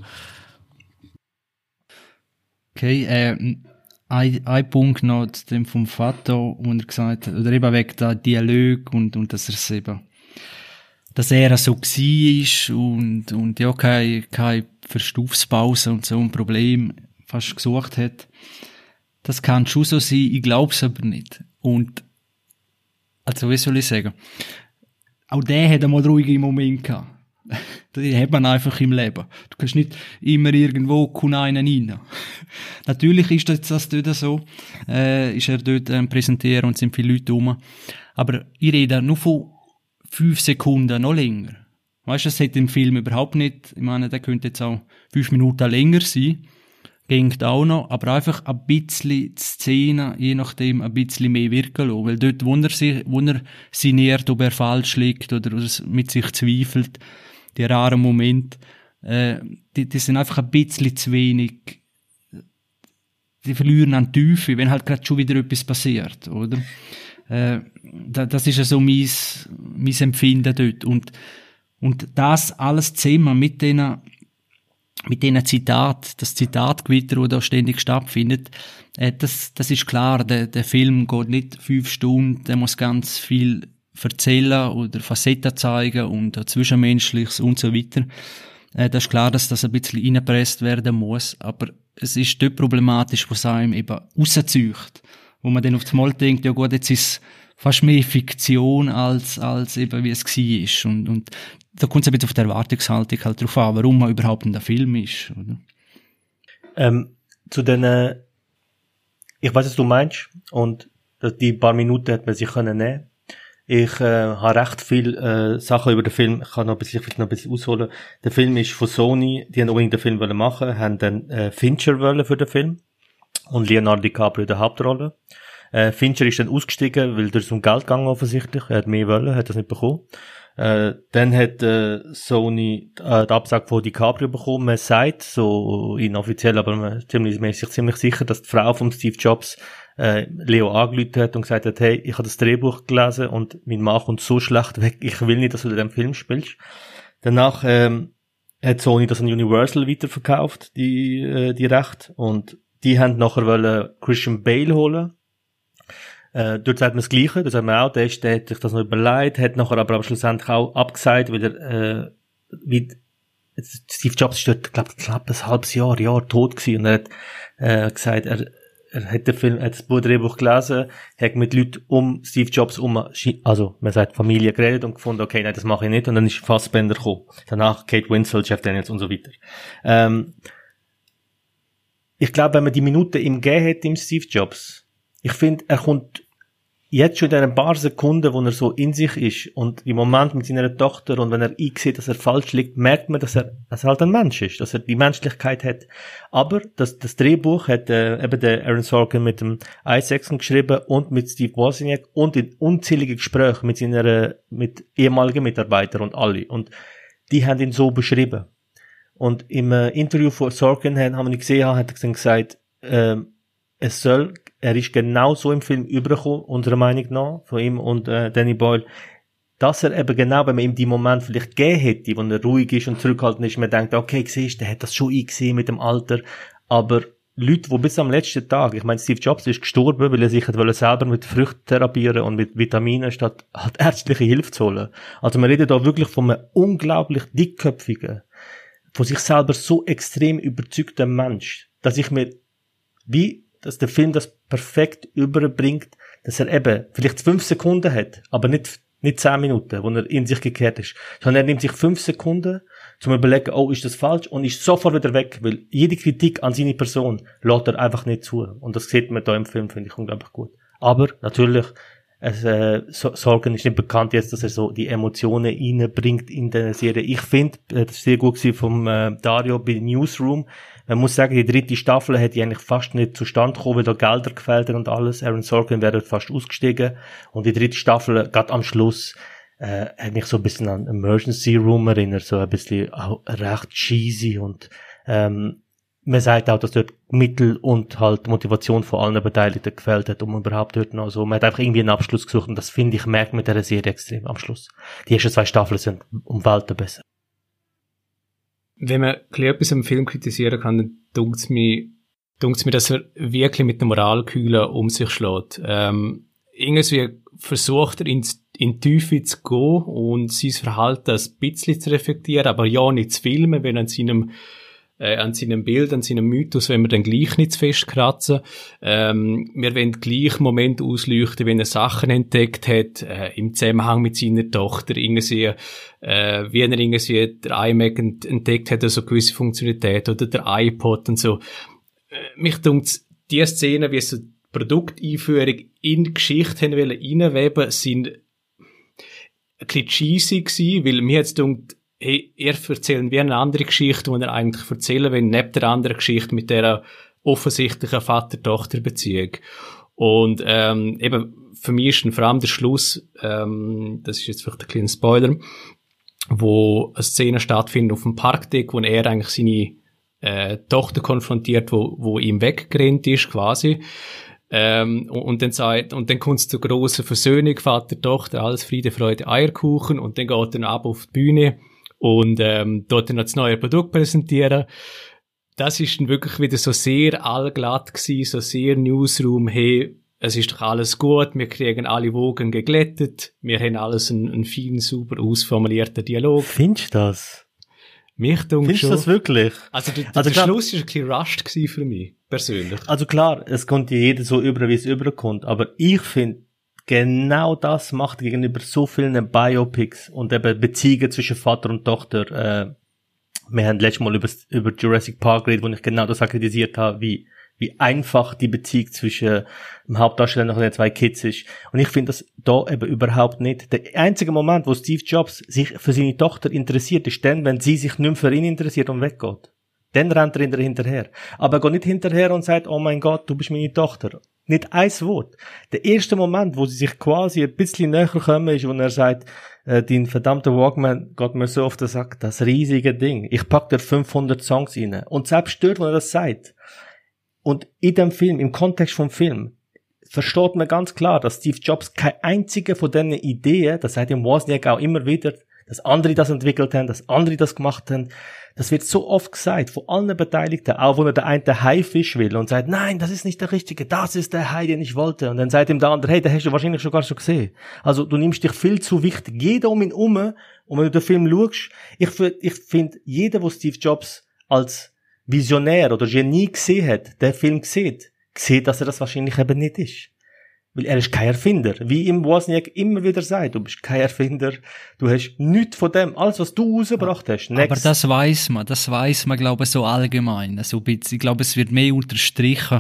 Okay, ein Punkt noch zu dem vom Vater, wo er gesagt hat, oder eben wegen der Dialog und dass er es eben, dass er so war und ja, keine Verstufspause und so ein Problem fast gesucht hat. Das kann schon so sein, ich glaube es aber nicht. Und, also wie soll ich sagen, auch der hat einmal ruhige Momente gehabt. Die hat man einfach im Leben. Du kannst nicht immer irgendwo einen rein. Natürlich ist das dort so. Ist er dort präsentieren und sind viele Leute rum. Aber ich rede nur von 5 Sekunden, noch länger. Weißt du, das hat im Film überhaupt nicht, ich meine, der könnte jetzt auch 5 Minuten länger sein. Ging auch noch, aber einfach ein bisschen die Szene, je nachdem, ein bisschen mehr wirken lassen. Weil dort, wo er sinniert, ob er falsch liegt oder mit sich zweifelt, die raren Momente, die sind einfach ein bisschen zu wenig, die verlieren an Tiefe, wenn halt gerade schon wieder etwas passiert, oder? Das ist ja so mein Empfinden dort. Und das alles zusammen mit diesen Zitat, das Zitatgewitter, das da ständig stattfindet, das ist klar, der Film geht nicht 5 Stunden, der muss ganz viel erzählen oder Facetten zeigen und Zwischenmenschliches und so weiter. Das ist klar, dass das ein bisschen reingepresst werden muss, aber es ist dort problematisch, wo es einem eben rauszieht, wo man dann auf das Mal denkt, ja gut, jetzt ist es fast mehr Fiktion als eben wie es war. Und da kommt es ein bisschen auf die Erwartungshaltung halt drauf an, warum man überhaupt in der Film ist, oder? Zu den, ich weiß, was du meinst, und die paar Minuten hat man sich nehmen können. Ich habe recht viel Sachen über den Film, ich kann vielleicht noch ein bisschen ausholen. Der Film ist von Sony, die haben unbedingt den Film machen wollen, haben dann Fincher wollen für den Film und Leonardo DiCaprio in der Hauptrolle. Fincher ist dann ausgestiegen, weil es um Geld gegangen offensichtlich, er hat mehr wollen, hat das nicht bekommen. Dann hat Sony die Absage von DiCaprio bekommen. Man sagt, so inoffiziell, aber man ist sich ziemlich sicher, dass die Frau von Steve Jobs Leo angerufen hat und gesagt hat, hey, ich habe das Drehbuch gelesen und mein Mann kommt so schlecht weg, ich will nicht, dass du in dem Film spielst. Danach hat Sony das an Universal weiterverkauft, die Rechte, und die haben nachher wollen Christian Bale holen. Dort sagt man das Gleiche, das sagt man auch, der hat sich das noch überlegt, hat nachher aber schlussendlich auch abgesagt, weil er, Steve Jobs ist dort, glaube ich, ein halbes Jahr tot gewesen, und er hat gesagt, er hat das Drehbuch gelesen, hat mit Leuten um Steve Jobs also, man sagt Familie geredet und gefunden, okay, nein, das mache ich nicht, und dann ist Fassbender gekommen. Danach Kate Winslet, Jeff Daniels und so weiter. Ich glaube, wenn man die Minuten ihm gegeben hat, im Steve Jobs, ich finde, er kommt jetzt schon in ein paar Sekunden, wo er so in sich ist und im Moment mit seiner Tochter, und wenn er einsieht, dass er falsch liegt, merkt man, dass er halt ein Mensch ist, dass er die Menschlichkeit hat. Aber das Drehbuch hat eben der Aaron Sorkin mit dem Isaacson geschrieben und mit Steve Wozniak und in unzähligen Gesprächen mit ehemaligen Mitarbeitern und alle. Und die haben ihn so beschrieben. Und im Interview von Sorkin haben wir gesehen, hat er gesagt, er ist genau so im Film übergekommen, unserer Meinung nach, von ihm und Danny Boyle, dass er eben genau, wenn man ihm die Moment vielleicht gegeben hätte, wo er ruhig ist und zurückhaltend ist, man denkt, okay, siehst, der hat das schon eingesehen mit dem Alter, aber Leute, die bis am letzten Tag, ich meine, Steve Jobs ist gestorben, weil er sich selber mit Früchten therapieren und mit Vitaminen, statt halt ärztliche Hilfe zu holen. Also man redet da wirklich von einem unglaublich dickköpfigen, von sich selber so extrem überzeugten Mensch, dass dass der Film das perfekt überbringt, dass er eben vielleicht 5 Sekunden hat, aber nicht 10 Minuten, wo er in sich gekehrt ist. Sondern er nimmt sich 5 Sekunden, zum überlegen, oh, ist das falsch, und ist sofort wieder weg, weil jede Kritik an seine Person lässt er einfach nicht zu. Und das sieht man da im Film, finde ich unglaublich gut. Aber natürlich, Sorkin ist nicht bekannt jetzt, dass er so die Emotionen reinbringt in der Serie. Ich finde, das ist sehr gut gewesen vom Dario bei Newsroom. Man muss sagen, die 3. Staffel hätte eigentlich fast nicht zustande gekommen, weil da Gelder gefehlt haben und alles. Aaron Sorkin wäre fast ausgestiegen. Und die 3. Staffel, gerade am Schluss, hat mich so ein bisschen an Emergency Room erinnert, so ein bisschen auch recht cheesy, und man sagt auch, dass dort Mittel und halt Motivation von allen Beteiligten gefällt hat, um überhaupt dort noch so, man hat einfach irgendwie einen Abschluss gesucht, und das finde ich, merkt man dieser Serie extrem am Schluss. Die ersten 2 Staffeln sind um Welten besser. Wenn man etwas am Film kritisieren kann, dann dunkt's mir, dass er wirklich mit der Moralkühle um sich schlägt. Irgendwie versucht er in die Tiefe zu gehen und sein Verhalten ein bisschen zu reflektieren, aber ja nicht zu filmen, wenn er in seinem an seinem Bild, an seinem Mythos, wenn wir dann gleich nicht zu fest kratzen. Wir wollen gleich Moment ausleuchten, wenn er Sachen entdeckt hat, im Zusammenhang mit seiner Tochter, irgendwie, wie er irgendwie der iMac entdeckt hat, also gewisse Funktionalität, oder der iPod und so. Mich dunkt, die Szenen, wie so die Produkteinführung in die Geschichte haben wollen reinweben, sind ein bisschen cheesy gewesen, weil mir jetzt dunkt, hey, er erzählt wie eine andere Geschichte, die er eigentlich erzählen will, neben der anderen Geschichte mit der offensichtlichen Vater-Tochter-Beziehung. Und eben, für mich ist vor allem der Schluss, das ist jetzt vielleicht ein kleiner Spoiler, wo eine Szene stattfindet auf dem Parkdeck, wo er eigentlich seine Tochter konfrontiert, wo ihm weggerannt ist, quasi. Und dann kommt es zur grossen Versöhnung, Vater, Tochter, alles Friede, Freude, Eierkuchen, und dann geht er ab auf die Bühne und dort dann das neue Produkt präsentieren. Das ist dann wirklich wieder so sehr allglatt gewesen, so sehr Newsroom, hey, es ist doch alles gut, wir kriegen alle Wogen geglättet, wir haben alles einen feinen, super ausformulierten Dialog. Findest du das? Mich dunkt Findest du das wirklich? Also der Schluss war ein bisschen rushed gewesen für mich, persönlich. Also klar, es kommt ja jeder so über, wie es überkommt, aber ich finde, genau das macht gegenüber so vielen Biopics und eben Beziehungen zwischen Vater und Tochter. Wir haben letztes Mal über Jurassic Park geredet, wo ich genau das kritisiert habe, wie einfach die Beziehung zwischen dem Hauptdarsteller und den zwei Kids ist. Und ich finde das da eben überhaupt nicht. Der einzige Moment, wo Steve Jobs sich für seine Tochter interessiert, ist dann, wenn sie sich nicht mehr für ihn interessiert und weggeht. Dann rennt er hinterher. Aber er geht nicht hinterher und sagt, oh mein Gott, du bist meine Tochter. Nicht ein Wort. Der erste Moment, wo sie sich quasi ein bisschen näher kommen, ist, wo er sagt, dein verdammter Walkman geht mir so auf den Sack, das riesige Ding. Ich pack dir 500 Songs rein. Und selbst dort, wo er das sagt. Und in dem Film, im Kontext vom Film, versteht man ganz klar, dass Steve Jobs keine einzige von diesen Ideen, das sagt ihm Wozniak auch immer wieder, dass andere das entwickelt haben, dass andere das gemacht haben. Das wird so oft gesagt, von allen Beteiligten, auch wenn er der eine Haifisch will und sagt, nein, das ist nicht der Richtige, das ist der Hai, den ich wollte. Und dann sagt ihm der andere, hey, den hast du wahrscheinlich schon gar schon gesehen. Also du nimmst dich viel zu wichtig. Jeder um ihn herum, und wenn du den Film schaust, ich finde, jeder, der Steve Jobs als Visionär oder Genie gesehen hat, der Film sieht, dass er das wahrscheinlich eben nicht ist. Weil er ist kein Erfinder. Wie im Wozniak immer wieder sagt, du bist kein Erfinder, du hast nichts von dem, alles was du rausgebracht hast. Aber das weiss man, glaube ich, so allgemein. Also, ich glaube, es wird mehr unterstrichen.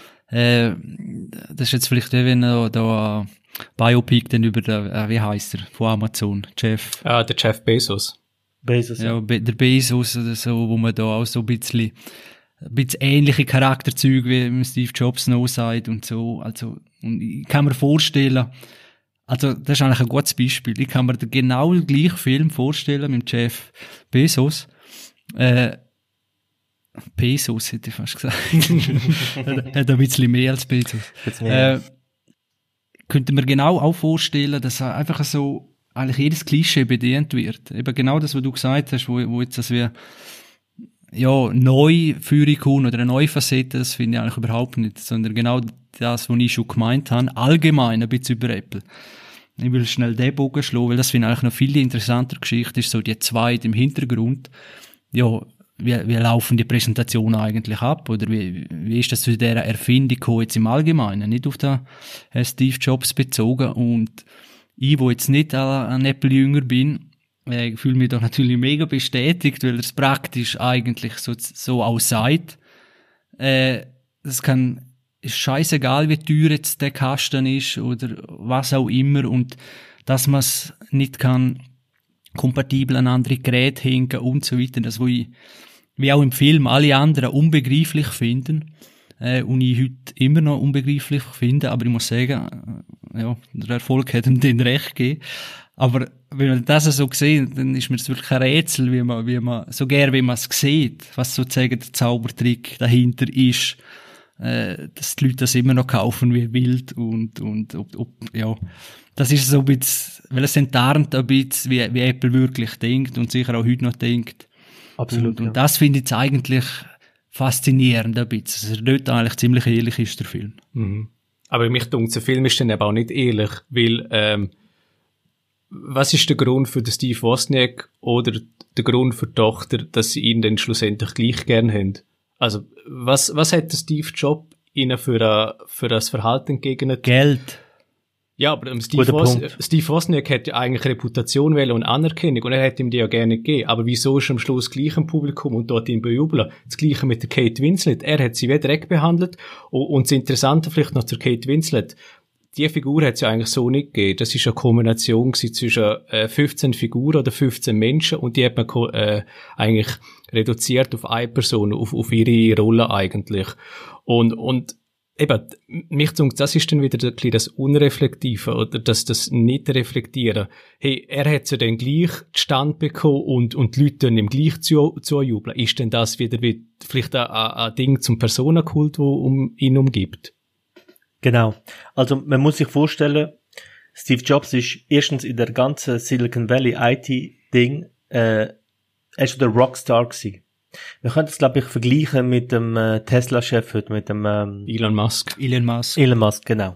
Das ist jetzt vielleicht, wenn da Biopic dann über den, wie heisst er, von Amazon, Jeff. Der Jeff Bezos. Ja, der Bezos oder so, wo man da auch so ein bisschen ähnliche Charakterzüge wie Steve Jobs noch sagt und so. Also, und ich kann mir vorstellen, also, das ist eigentlich ein gutes Beispiel. Ich kann mir den genau gleichen Film vorstellen mit Jeff Bezos. Bezos hätte ich fast gesagt. Hat ein bisschen mehr als Bezos. Könnte mir genau auch vorstellen, dass er einfach so eigentlich jedes Klischee bedient wird. Eben genau das, was du gesagt hast, wo jetzt das wie ja, neu Führung kommt oder eine neue Facette, das finde ich eigentlich überhaupt nicht, sondern genau das, was ich schon gemeint habe, allgemein ein bisschen über Apple. Ich will schnell den Bogen schlagen, weil das finde ich eigentlich noch viel interessanter Geschichte ist, so die Zweite im Hintergrund. Ja, wie laufen die Präsentationen eigentlich ab? Oder wie ist das zu dieser Erfindung gekommen, jetzt im Allgemeinen, nicht auf den Steve Jobs bezogen? Und ich, wo jetzt nicht an Apple-Jünger bin, fühle mich da natürlich mega bestätigt, weil er es praktisch eigentlich so auch sagt. Das ist scheißegal, wie teuer jetzt der Kasten ist oder was auch immer, und dass man es nicht kann kompatibel an andere Geräte hängen und so weiter, das, wo ich, wie auch im Film, alle anderen unbegreiflich finden, und ich heute immer noch unbegreiflich finde, aber ich muss sagen, ja, der Erfolg hat ihm den recht gegeben. Aber wenn man das so sieht, dann ist mir das wirklich ein Rätsel, wie man so gern, wie man es sieht, was sozusagen der Zaubertrick dahinter ist, dass die Leute das immer noch kaufen wie wild und ja, das ist so ein bisschen, weil es enttarnt ein bisschen, wie Apple wirklich denkt und sicher auch heute noch denkt. Absolut. Und das finde ich jetzt eigentlich faszinierend ein bisschen, dass er dort eigentlich ziemlich ehrlich ist, der Film. Mhm. Aber mich denkt, der Film ist dann eben auch nicht ehrlich, weil was ist der Grund für den Steve Wozniak oder der Grund für die Tochter, dass sie ihn dann schlussendlich gleich gern haben? Also, was hat der Steve Jobs ihnen für das Verhalten entgegnet? Geld. Ja, aber Steve Wozniak hat ja eigentlich Reputation wählen und Anerkennung und er hätte ihm die ja gerne gegeben. Aber wieso ist er am Schluss gleich im Publikum und dort ihn bejubeln? Das Gleiche mit der Kate Winslet. Er hat sie wie Dreck behandelt. Und das Interessante vielleicht noch zur Kate Winslet. Die Figur hat es ja eigentlich so nicht gegeben. Das ist eine Kombination zwischen 15 Figuren oder 15 Menschen und die hat man eigentlich reduziert auf eine Person, auf ihre Rolle eigentlich. Und eben, mich denkt, das ist dann wieder das Unreflektive oder das Nicht-Reflektieren. Hey, er hat ja dann gleich Stand bekommen und die Leute dann ihm gleich zujubeln. Ist denn das wieder vielleicht ein Ding zum Personenkult, wo ihn umgibt? Genau. Also man muss sich vorstellen, Steve Jobs ist erstens in der ganzen Silicon Valley IT-Ding er ist schon der Rockstar gewesen. Wir können das, glaube ich, vergleichen mit dem Tesla-Chef heute, mit dem Elon Musk. Elon Musk, genau.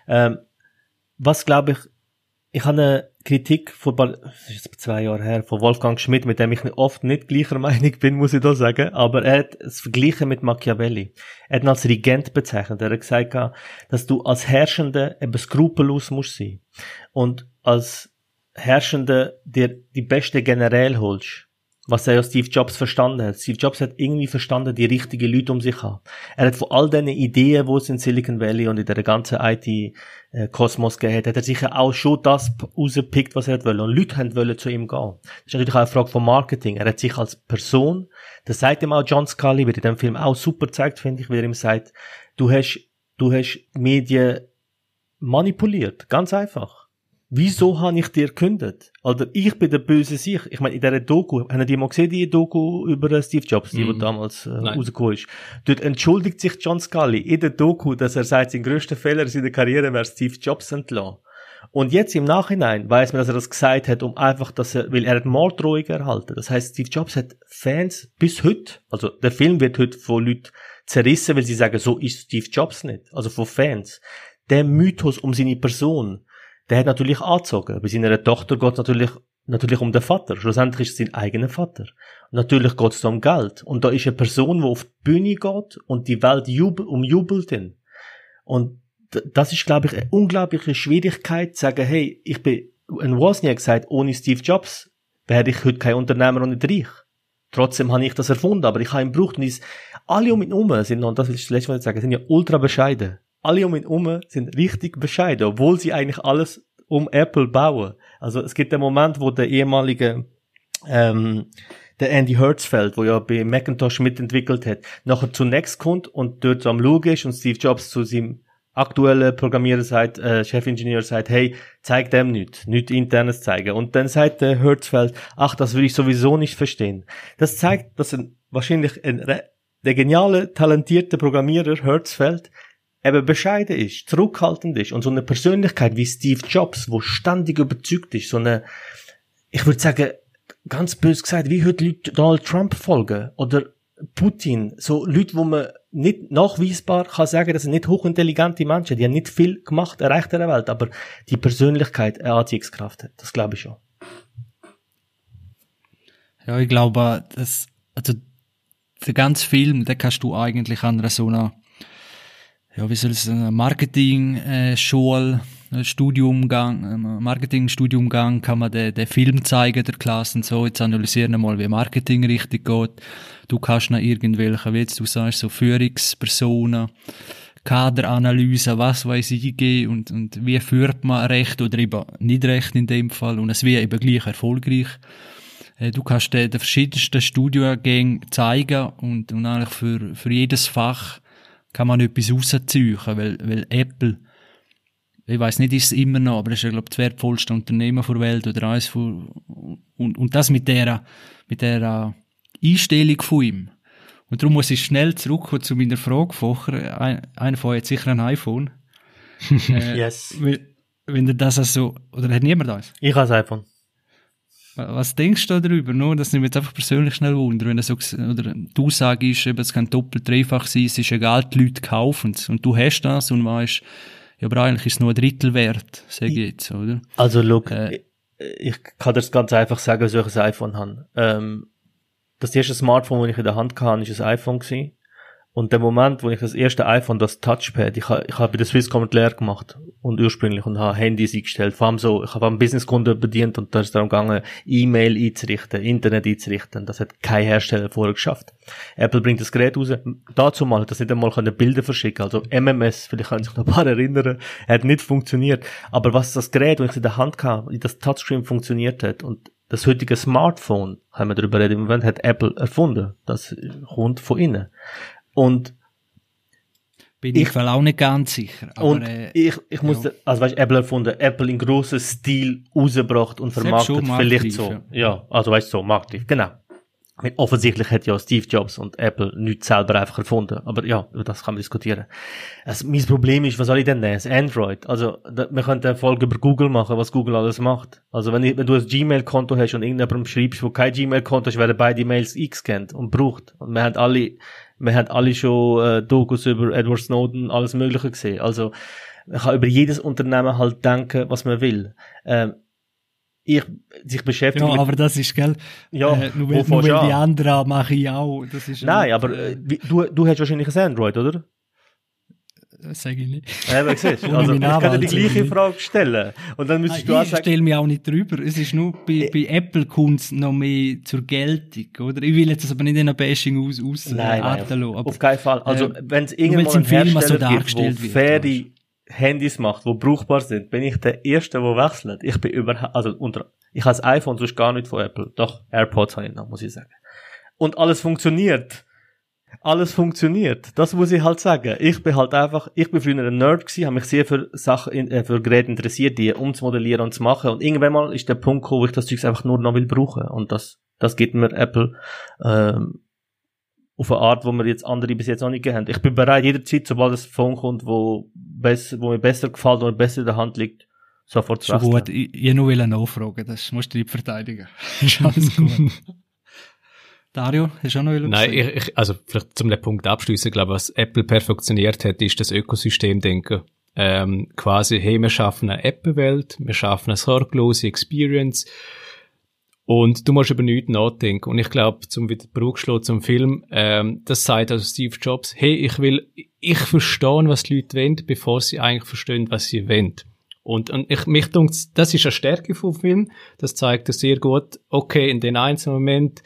Was, glaube ich habe eine Kritik das ist jetzt 2 Jahre her, von Wolfgang Schmidt, mit dem ich oft nicht gleicher Meinung bin, muss ich da sagen, aber er hat es verglichen mit Machiavelli. Er hat ihn als Regent bezeichnet. Er hat gesagt, dass du als Herrschende eben skrupellos musst sein und als Herrschende dir die beste Generäl holst. Was ja Steve Jobs verstanden hat. Steve Jobs hat irgendwie verstanden, die richtigen Leute um sich haben. Er hat von all diesen Ideen, die es in Silicon Valley und in der ganzen IT-Kosmos gegeben hat, hat er sicher auch schon das rausgepickt, was er wollte. Und Leute wollen zu ihm gehen. Das ist natürlich auch eine Frage von Marketing. Er hat sich als Person, das sagt ihm auch John Scully, wird in dem Film auch super gezeigt, finde ich, wie er ihm sagt, du hast Medien manipuliert. Ganz einfach. Wieso habe ich dir gekündigt? Oder ich bin der böse Sich. Ich meine, in dieser Doku, haben die mal gesehen, die Doku über Steve Jobs, die damals rausgekommen ist? Dort entschuldigt sich John Scully in der Doku, dass er sagt, sein grösster Fehler in seiner Karriere wäre Steve Jobs entlassen. Und jetzt im Nachhinein weiss man, dass er das gesagt hat, weil er hat Morddrohungen erhalten. Das heisst, Steve Jobs hat Fans bis heute, also der Film wird heute von Leuten zerrissen, weil sie sagen, so ist Steve Jobs nicht. Also von Fans. Der Mythos um seine Person, der hat natürlich angezogen. Bei seiner Tochter geht es natürlich um den Vater. Schlussendlich ist es sein eigener Vater. Und natürlich geht es um Geld. Und da ist eine Person, die auf die Bühne geht und die Welt umjubelt ihn. Und das ist, glaube ich, eine unglaubliche Schwierigkeit, zu sagen, hey, ein Wozniak gesagt, ohne Steve Jobs wäre ich heute kein Unternehmer und nicht reich. Trotzdem habe ich das erfunden, aber ich habe ihn gebraucht. Und alle um ihn herum sind, und das ist das Letzte, was ich sage, sind ja ultra bescheiden. Alle um ihn herum sind richtig bescheiden, obwohl sie eigentlich alles um Apple bauen. Also es gibt den Moment, wo der ehemalige der Andy Hertzfeld, wo ja bei Macintosh mitentwickelt hat, nachher zu Next kommt und dort so am Schauen ist und Steve Jobs zu seinem aktuellen Programmierer sagt, Chefingenieur sagt, hey, zeig dem nichts Internes zeigen. Und dann sagt der Hertzfeld, ach, das will ich sowieso nicht verstehen. Das zeigt, dass der geniale, talentierte Programmierer Hertzfeld eben bescheiden ist, zurückhaltend ist und so eine Persönlichkeit wie Steve Jobs, wo ständig überzeugt ist, ich würde sagen, ganz böse gesagt, wie heute Leute Donald Trump folgen oder Putin, so Leute, wo man nicht nachweisbar kann sagen, dass sie nicht hochintelligente Menschen, die haben nicht viel gemacht, erreicht in der Welt, aber die Persönlichkeit eine Anziehungskraft hat, das glaube ich schon. Ja, ich glaube, der ganze Film, den kannst du eigentlich an so einer Marketing-Schule, Marketing-Studiumgang kann man den Film zeigen, der Klasse und so. Jetzt analysieren wir mal, wie Marketing richtig geht. Du kannst noch irgendwelche, wie jetzt du sagst, so Führungspersonen, Kaderanalyse, was weiss ich, und wie führt man recht oder eben nicht recht in dem Fall und es wird eben gleich erfolgreich. Du kannst den verschiedensten Studiengänge zeigen und eigentlich für jedes Fach kann man etwas rausziehen, weil Apple, ich weiss nicht, ist es immer noch, aber es ist ja, glaube ich, das wertvollste Unternehmen der Welt oder eins von, und das mit der Einstellung von ihm. Und darum muss ich schnell zurückkommen zu meiner Frage vorher. Einer von euch hat sicher ein iPhone. Yes. Wenn ihr das also, oder hat niemand das? Ich habe ein iPhone. Was denkst du darüber? Nur, das nimmt mich jetzt einfach persönlich schnell wunder, wenn so, oder die Aussage ist, eben, es kann doppelt, dreifach sein, es ist egal, die Leute kaufen es. Und du hast das und weißt, ja, aber eigentlich ist es nur ein Drittel wert, sage ich jetzt, oder? Also, look, ich kann dir das ganz einfach sagen, wieso ich ein iPhone habe. Das erste Smartphone, das ich in der Hand hatte, war ein iPhone gewesen. Und der Moment, wo ich das erste iPhone, das Touchpad, ich habe bei der Swisscom leer gemacht und ursprünglich und habe Handys eingestellt. Vor allem so, ich habe einen Businesskunden bedient und da ist es darum gegangen, E-Mail einzurichten, Internet einzurichten. Das hat kein Hersteller vorher geschafft. Apple bringt das Gerät raus. Dazu mal hat das nicht einmal Bilder verschicken. Also MMS, vielleicht können sich noch ein paar erinnern, hat nicht funktioniert. Aber was das Gerät, das ich in der Hand hatte, das Touchscreen funktioniert hat und das heutige Smartphone, haben wir darüber reden, im Moment hat Apple erfunden. Das kommt von innen. Und bin ich auch nicht ganz sicher. Aber, und ich musste, also weißt, Apple erfunden, Apple in grossen Stil rausgebracht und vermarktet, vielleicht so. Ja, also weißt so, marktreif, genau. Offensichtlich hat ja Steve Jobs und Apple nichts selber einfach erfunden. Aber ja, über das kann man diskutieren. Also, mein Problem ist, was soll ich denn nehmen? Das Android. Also, wir könnten eine Folge über Google machen, was Google alles macht. Also, wenn du ein Gmail-Konto hast und irgendjemandem schreibst, wo kein Gmail-Konto ist, werden beide Mails eingescannt und braucht. Und wir haben alle schon Dokus über Edward Snowden, alles Mögliche gesehen. Also, man kann über jedes Unternehmen halt denken, was man will. Sich beschäftigen. Ja, aber das ist, gell? Ja, nur weil die anderen mache ich auch. Das ist nein, aber du hast wahrscheinlich ein Android, oder? Das sage ich nicht. Ja, aber siehst du, also ich kann dir die gleiche Frage stellen. Und dann müsstest du auch sagen... Ich stelle mich auch nicht drüber. Es ist nur bei Apple Kunst noch mehr zur Geltung, oder? Ich will jetzt das aber nicht in einer Bashing nein, auf keinen Fall. Also, wenn es irgendwann einen Hersteller gibt, der faire Handys macht, die brauchbar sind, bin ich der Erste, der wechselt. Ich bin ich habe das iPhone sonst gar nicht von Apple. Doch, AirPods habe ich noch, muss ich sagen. Und alles funktioniert. Alles funktioniert. Das muss ich halt sagen. Ich bin früher ein Nerd gewesen, habe mich sehr für für Geräte interessiert, die umzumodellieren und zu machen. Und irgendwann mal ist der Punkt gekommen, wo ich das Zeug einfach nur noch will brauchen. Und das gibt mir Apple, auf eine Art, wo wir jetzt andere bis jetzt noch nicht haben. Ich bin bereit, jederzeit, sobald das Phone kommt, wo mir besser gefällt, wo mir besser in der Hand liegt, sofort zu wechseln. So gut, ich nur will nachfragen, das musst du nicht verteidigen. Ist alles gut. Dario, hast du auch noch was? Nein, also vielleicht zum Punkt abschließen, glaube ich, was Apple perfektioniert hat, ist das Ökosystemdenken. Quasi, hey, wir schaffen eine App-Welt, wir schaffen eine sorglose Experience, und du musst über nichts nachdenken. Und ich glaube, zum wieder Brückschlag zum Film, das sagt also Steve Jobs, hey, ich verstehe, was die Leute wollen, bevor sie eigentlich verstehen, was sie wollen. Und mich denke, das ist eine Stärke vom Film. Das zeigt er sehr gut. Okay, in den einzelnen Moment,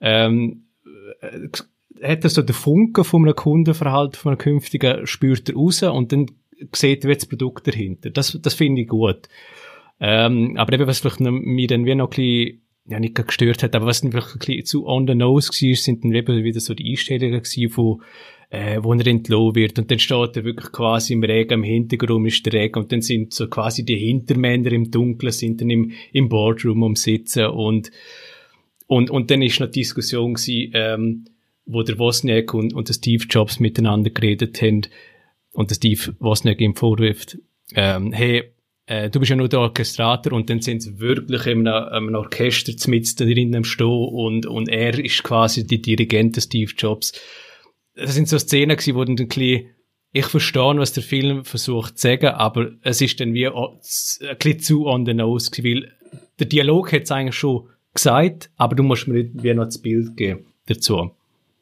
hat er so den Funken von einem Kundenverhalten, von einem künftigen, spürt er raus und dann sieht er das Produkt dahinter. Das finde ich gut. Aber eben, was vielleicht mir dann wie noch ein bisschen, ja, nicht gestört hat, aber was dann vielleicht ein bisschen zu on the nose war, sind dann eben wieder so die Einstellungen gewesen von, wo er entlohnt wird. Und dann steht er wirklich quasi im Regen, im Hintergrund ist der Regen und dann sind so quasi die Hintermänner im Dunkeln, sind dann im Boardroom am Sitzen und dann ist noch die Diskussion gewesen, wo der Wozniak und der Steve Jobs miteinander geredet haben und der Steve Wozniak ihm vorwirft, hey, du bist ja nur der Orchestrator, und dann sind sie wirklich in einem Orchester mitten drin am Stehen und er ist quasi die Dirigent, der Steve Jobs. Das sind so Szenen gewesen, wo dann ein bisschen, ich verstehe, was der Film versucht zu sagen, aber es ist dann wie ein bisschen zu on the nose gewesen, weil der Dialog hat es eigentlich schon gesagt, aber du musst mir wie noch das Bild geben dazu.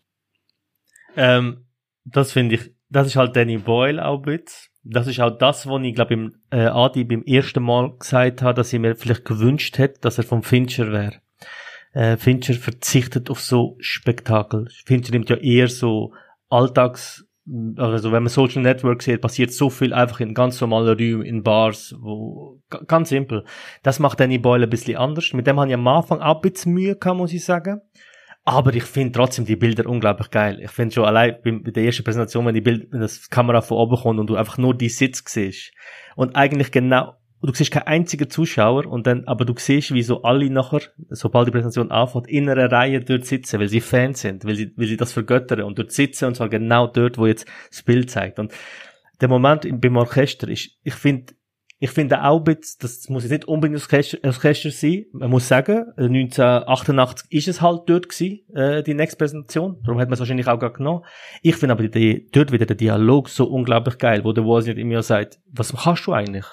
Das finde ich, das ist halt Danny Boyle auch ein bisschen. Das ist auch das, was ich, glaube Adi beim ersten Mal gesagt habe, dass ich mir vielleicht gewünscht hätte, dass er vom Fincher wäre. Fincher verzichtet auf so Spektakel. Fincher nimmt ja eher so also wenn man Social Network sieht, passiert so viel einfach in ganz normalen Räumen, in Bars, wo, ganz simpel. Das macht Danny Boyle ein bisschen anders. Mit dem habe ich am Anfang auch ein bisschen Mühe gehabt, muss ich sagen. Aber ich finde trotzdem die Bilder unglaublich geil. Ich finde schon allein bei der ersten Präsentation, wenn das Kamera von oben kommt und du einfach nur die Sitz siehst. Und eigentlich genau, du siehst keinen einzigen Zuschauer aber du siehst, wie so alle nachher, sobald die Präsentation anfängt, in einer Reihe dort sitzen, weil sie Fans sind, weil sie das vergöttern und dort sitzen und zwar genau dort, wo jetzt das Bild zeigt. Und der Moment beim Orchester ist, ich finde auch ein bisschen, das muss jetzt nicht unbedingt ein Orchester sein. Man muss sagen, 1988 ist es halt dort gewesen, die nächste Präsentation. Darum hat man es wahrscheinlich auch gerade genommen. Ich finde aber dort wieder der Dialog so unglaublich geil, wo der Wozniak immer sagt, was kannst du eigentlich?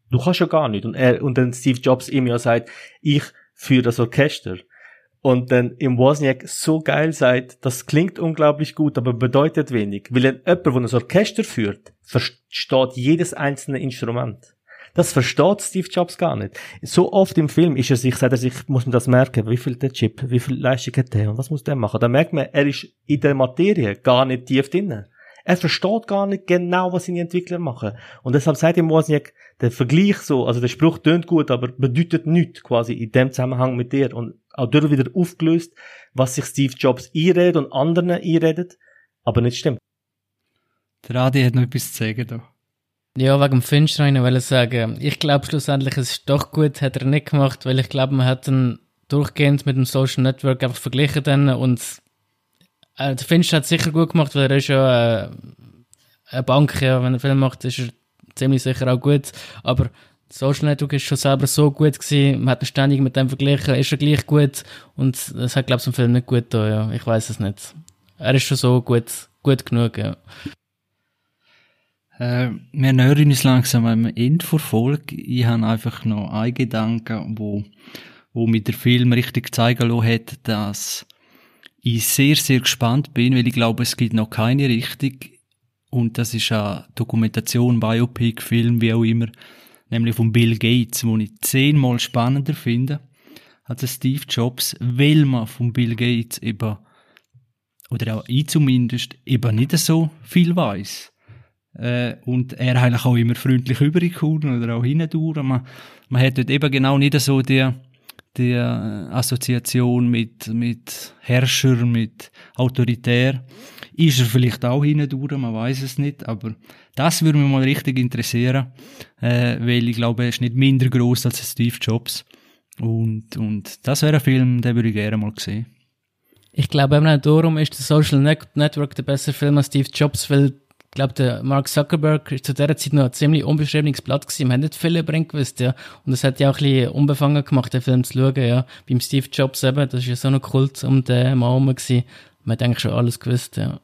Du kannst ja gar nicht. Und dann Steve Jobs ihm ja sagt, ich führe das Orchester. Und dann im Wozniak so geil sagt, das klingt unglaublich gut, aber bedeutet wenig. Weil jemand, der ein Orchester führt, versteht jedes einzelne Instrument. Das versteht Steve Jobs gar nicht. So oft im Film sagt er sich, muss man das merken, wie viel der Chip, wie viel Leistung hat der und was muss der machen. Da merkt man, er ist in der Materie gar nicht tief drin. Er versteht gar nicht genau, was seine Entwickler machen. Und deshalb sagt ihm Wozniak, der Vergleich so, also der Spruch tönt gut, aber bedeutet nichts quasi in dem Zusammenhang mit dir. Und auch dort wieder aufgelöst, was sich Steve Jobs einredet und anderen einredet, aber nicht stimmt. Der Adi hat noch etwas zu sagen da. Ja, wegen dem Fincher wollte ich sagen, ich glaube schlussendlich, es ist doch gut, hat er nicht gemacht, weil ich glaube, man hat ihn durchgehend mit dem Social Network einfach verglichen dann und der Fincher hat es sicher gut gemacht, weil er ist ja eine Bank, ja, wenn er Film macht, ist er ziemlich sicher auch gut, aber Social Network ist schon selber so gut gewesen, man hat ihn ständig mit dem verglichen, ist er gleich gut und das hat, glaube ich, im Film nicht gut da, ja, ich weiß es nicht. Er ist schon so gut genug, ja. Wir nähern uns langsam am Ende der Folge. Ich habe einfach noch einen Gedanken, wo mir der Film richtig zeigen lassen hat, dass ich sehr, sehr gespannt bin, weil ich glaube, es gibt noch keine Richtung. Und das ist eine Dokumentation, Biopic, Film, wie auch immer, nämlich von Bill Gates, wo ich 10-mal spannender finde, als Steve Jobs, weil man von Bill Gates eben, oder auch ich zumindest, eben nicht so viel weiss. Und er eigentlich auch immer freundlich rübergekommen oder auch hindurch. Man hat dort eben genau nicht so die Assoziation mit Herrscher, mit Autoritär. Ist er vielleicht auch hindurch, man weiß es nicht, aber das würde mich mal richtig interessieren, weil ich glaube, er ist nicht minder gross als Steve Jobs. Und das wäre ein Film, den würde ich gerne mal sehen. Ich glaube eben auch darum ist der Social Network der bessere Film als Steve Jobs, weil ich glaube, der Mark Zuckerberg ist zu dieser Zeit noch ein ziemlich unbeschriebenes Blatt gewesen. Wir haben nicht viel über ihn gewusst, ja. Und das hat ja auch ein bisschen unbefangen gemacht, den Film zu schauen, ja. Beim Steve Jobs eben, das ist ja so ein Kult um den Mann herum gewesen. Man hat eigentlich schon alles gewusst, ja.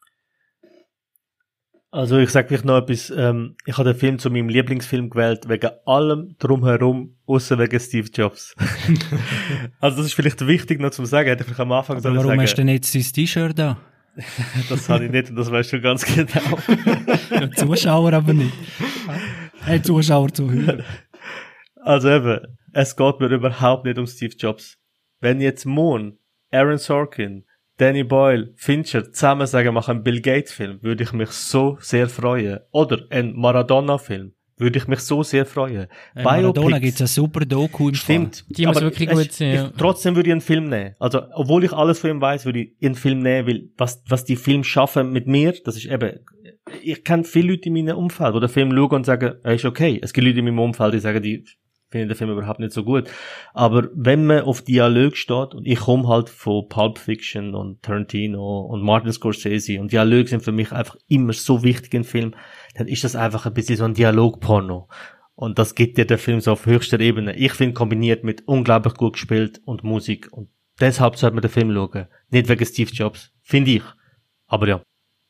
Also ich sag vielleicht noch etwas, ich habe den Film zu meinem Lieblingsfilm gewählt, wegen allem drumherum, außer wegen Steve Jobs. Also das ist vielleicht wichtig noch zu sagen, hätte ich vielleicht am Anfang sagen. Warum hast du denn jetzt dein T-Shirt da? Das habe ich nicht und das weißt du ganz genau. Zuschauer aber nicht. Hey, Zuschauer, Zuhörer. Also eben, es geht mir überhaupt nicht um Steve Jobs. Wenn jetzt Moon, Aaron Sorkin, Danny Boyle, Fincher zusammen sagen, machen einen Bill Gates Film, würde ich mich so sehr freuen. Oder einen Maradona-Film. Würde ich mich so sehr freuen. Maradona gibt es eine super Doku im Stimmt. Die muss wirklich gut sein, ja. Trotzdem würde ich einen Film nehmen. Also, obwohl ich alles von ihm weiss, würde ich einen Film nehmen, weil was die Filme schaffen mit mir, das ist eben, ich kenne viele Leute in meinem Umfeld, die den Film schauen und sagen, er ist okay. Es gibt Leute in meinem Umfeld, die sagen, die finden den Film überhaupt nicht so gut. Aber wenn man auf Dialog steht, und ich komme halt von Pulp Fiction und Tarantino und Martin Scorsese, und Dialoge sind für mich einfach immer so wichtig im Film, dann ist das einfach ein bisschen so ein Dialogporno. Und das gibt dir der Film so auf höchster Ebene. Ich finde, kombiniert mit unglaublich gut gespielt und Musik. Und deshalb sollte man den Film schauen. Nicht wegen Steve Jobs. Finde ich. Aber ja.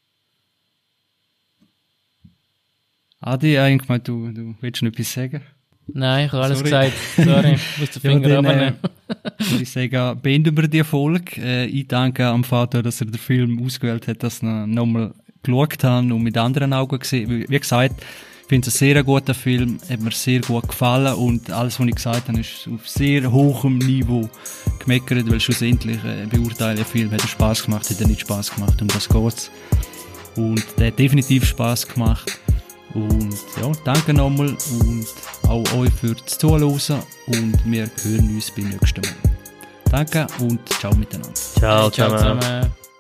Adi, eigentlich, du willst noch etwas sagen? Nein, ich habe alles gesagt. Sorry, ich muss den Finger runternehmen. Ich sage, beenden wir die Folge. Ich danke am Vater, dass er den Film ausgewählt hat, dass er nochmal geschaut hat und mit anderen Augen gesehen. Wie gesagt, ich finde es ein sehr guter Film, hat mir sehr gut gefallen und alles, was ich gesagt habe, ist auf sehr hohem Niveau gemeckert, weil schlussendlich beurteile ich den Film, hat er Spass gemacht, hat er nicht Spass gemacht, um das geht's. Und der hat definitiv Spass gemacht. Und ja, danke nochmal und auch euch fürs Zuhören und wir hören uns beim nächsten Mal. Danke und ciao miteinander. Ciao zusammen.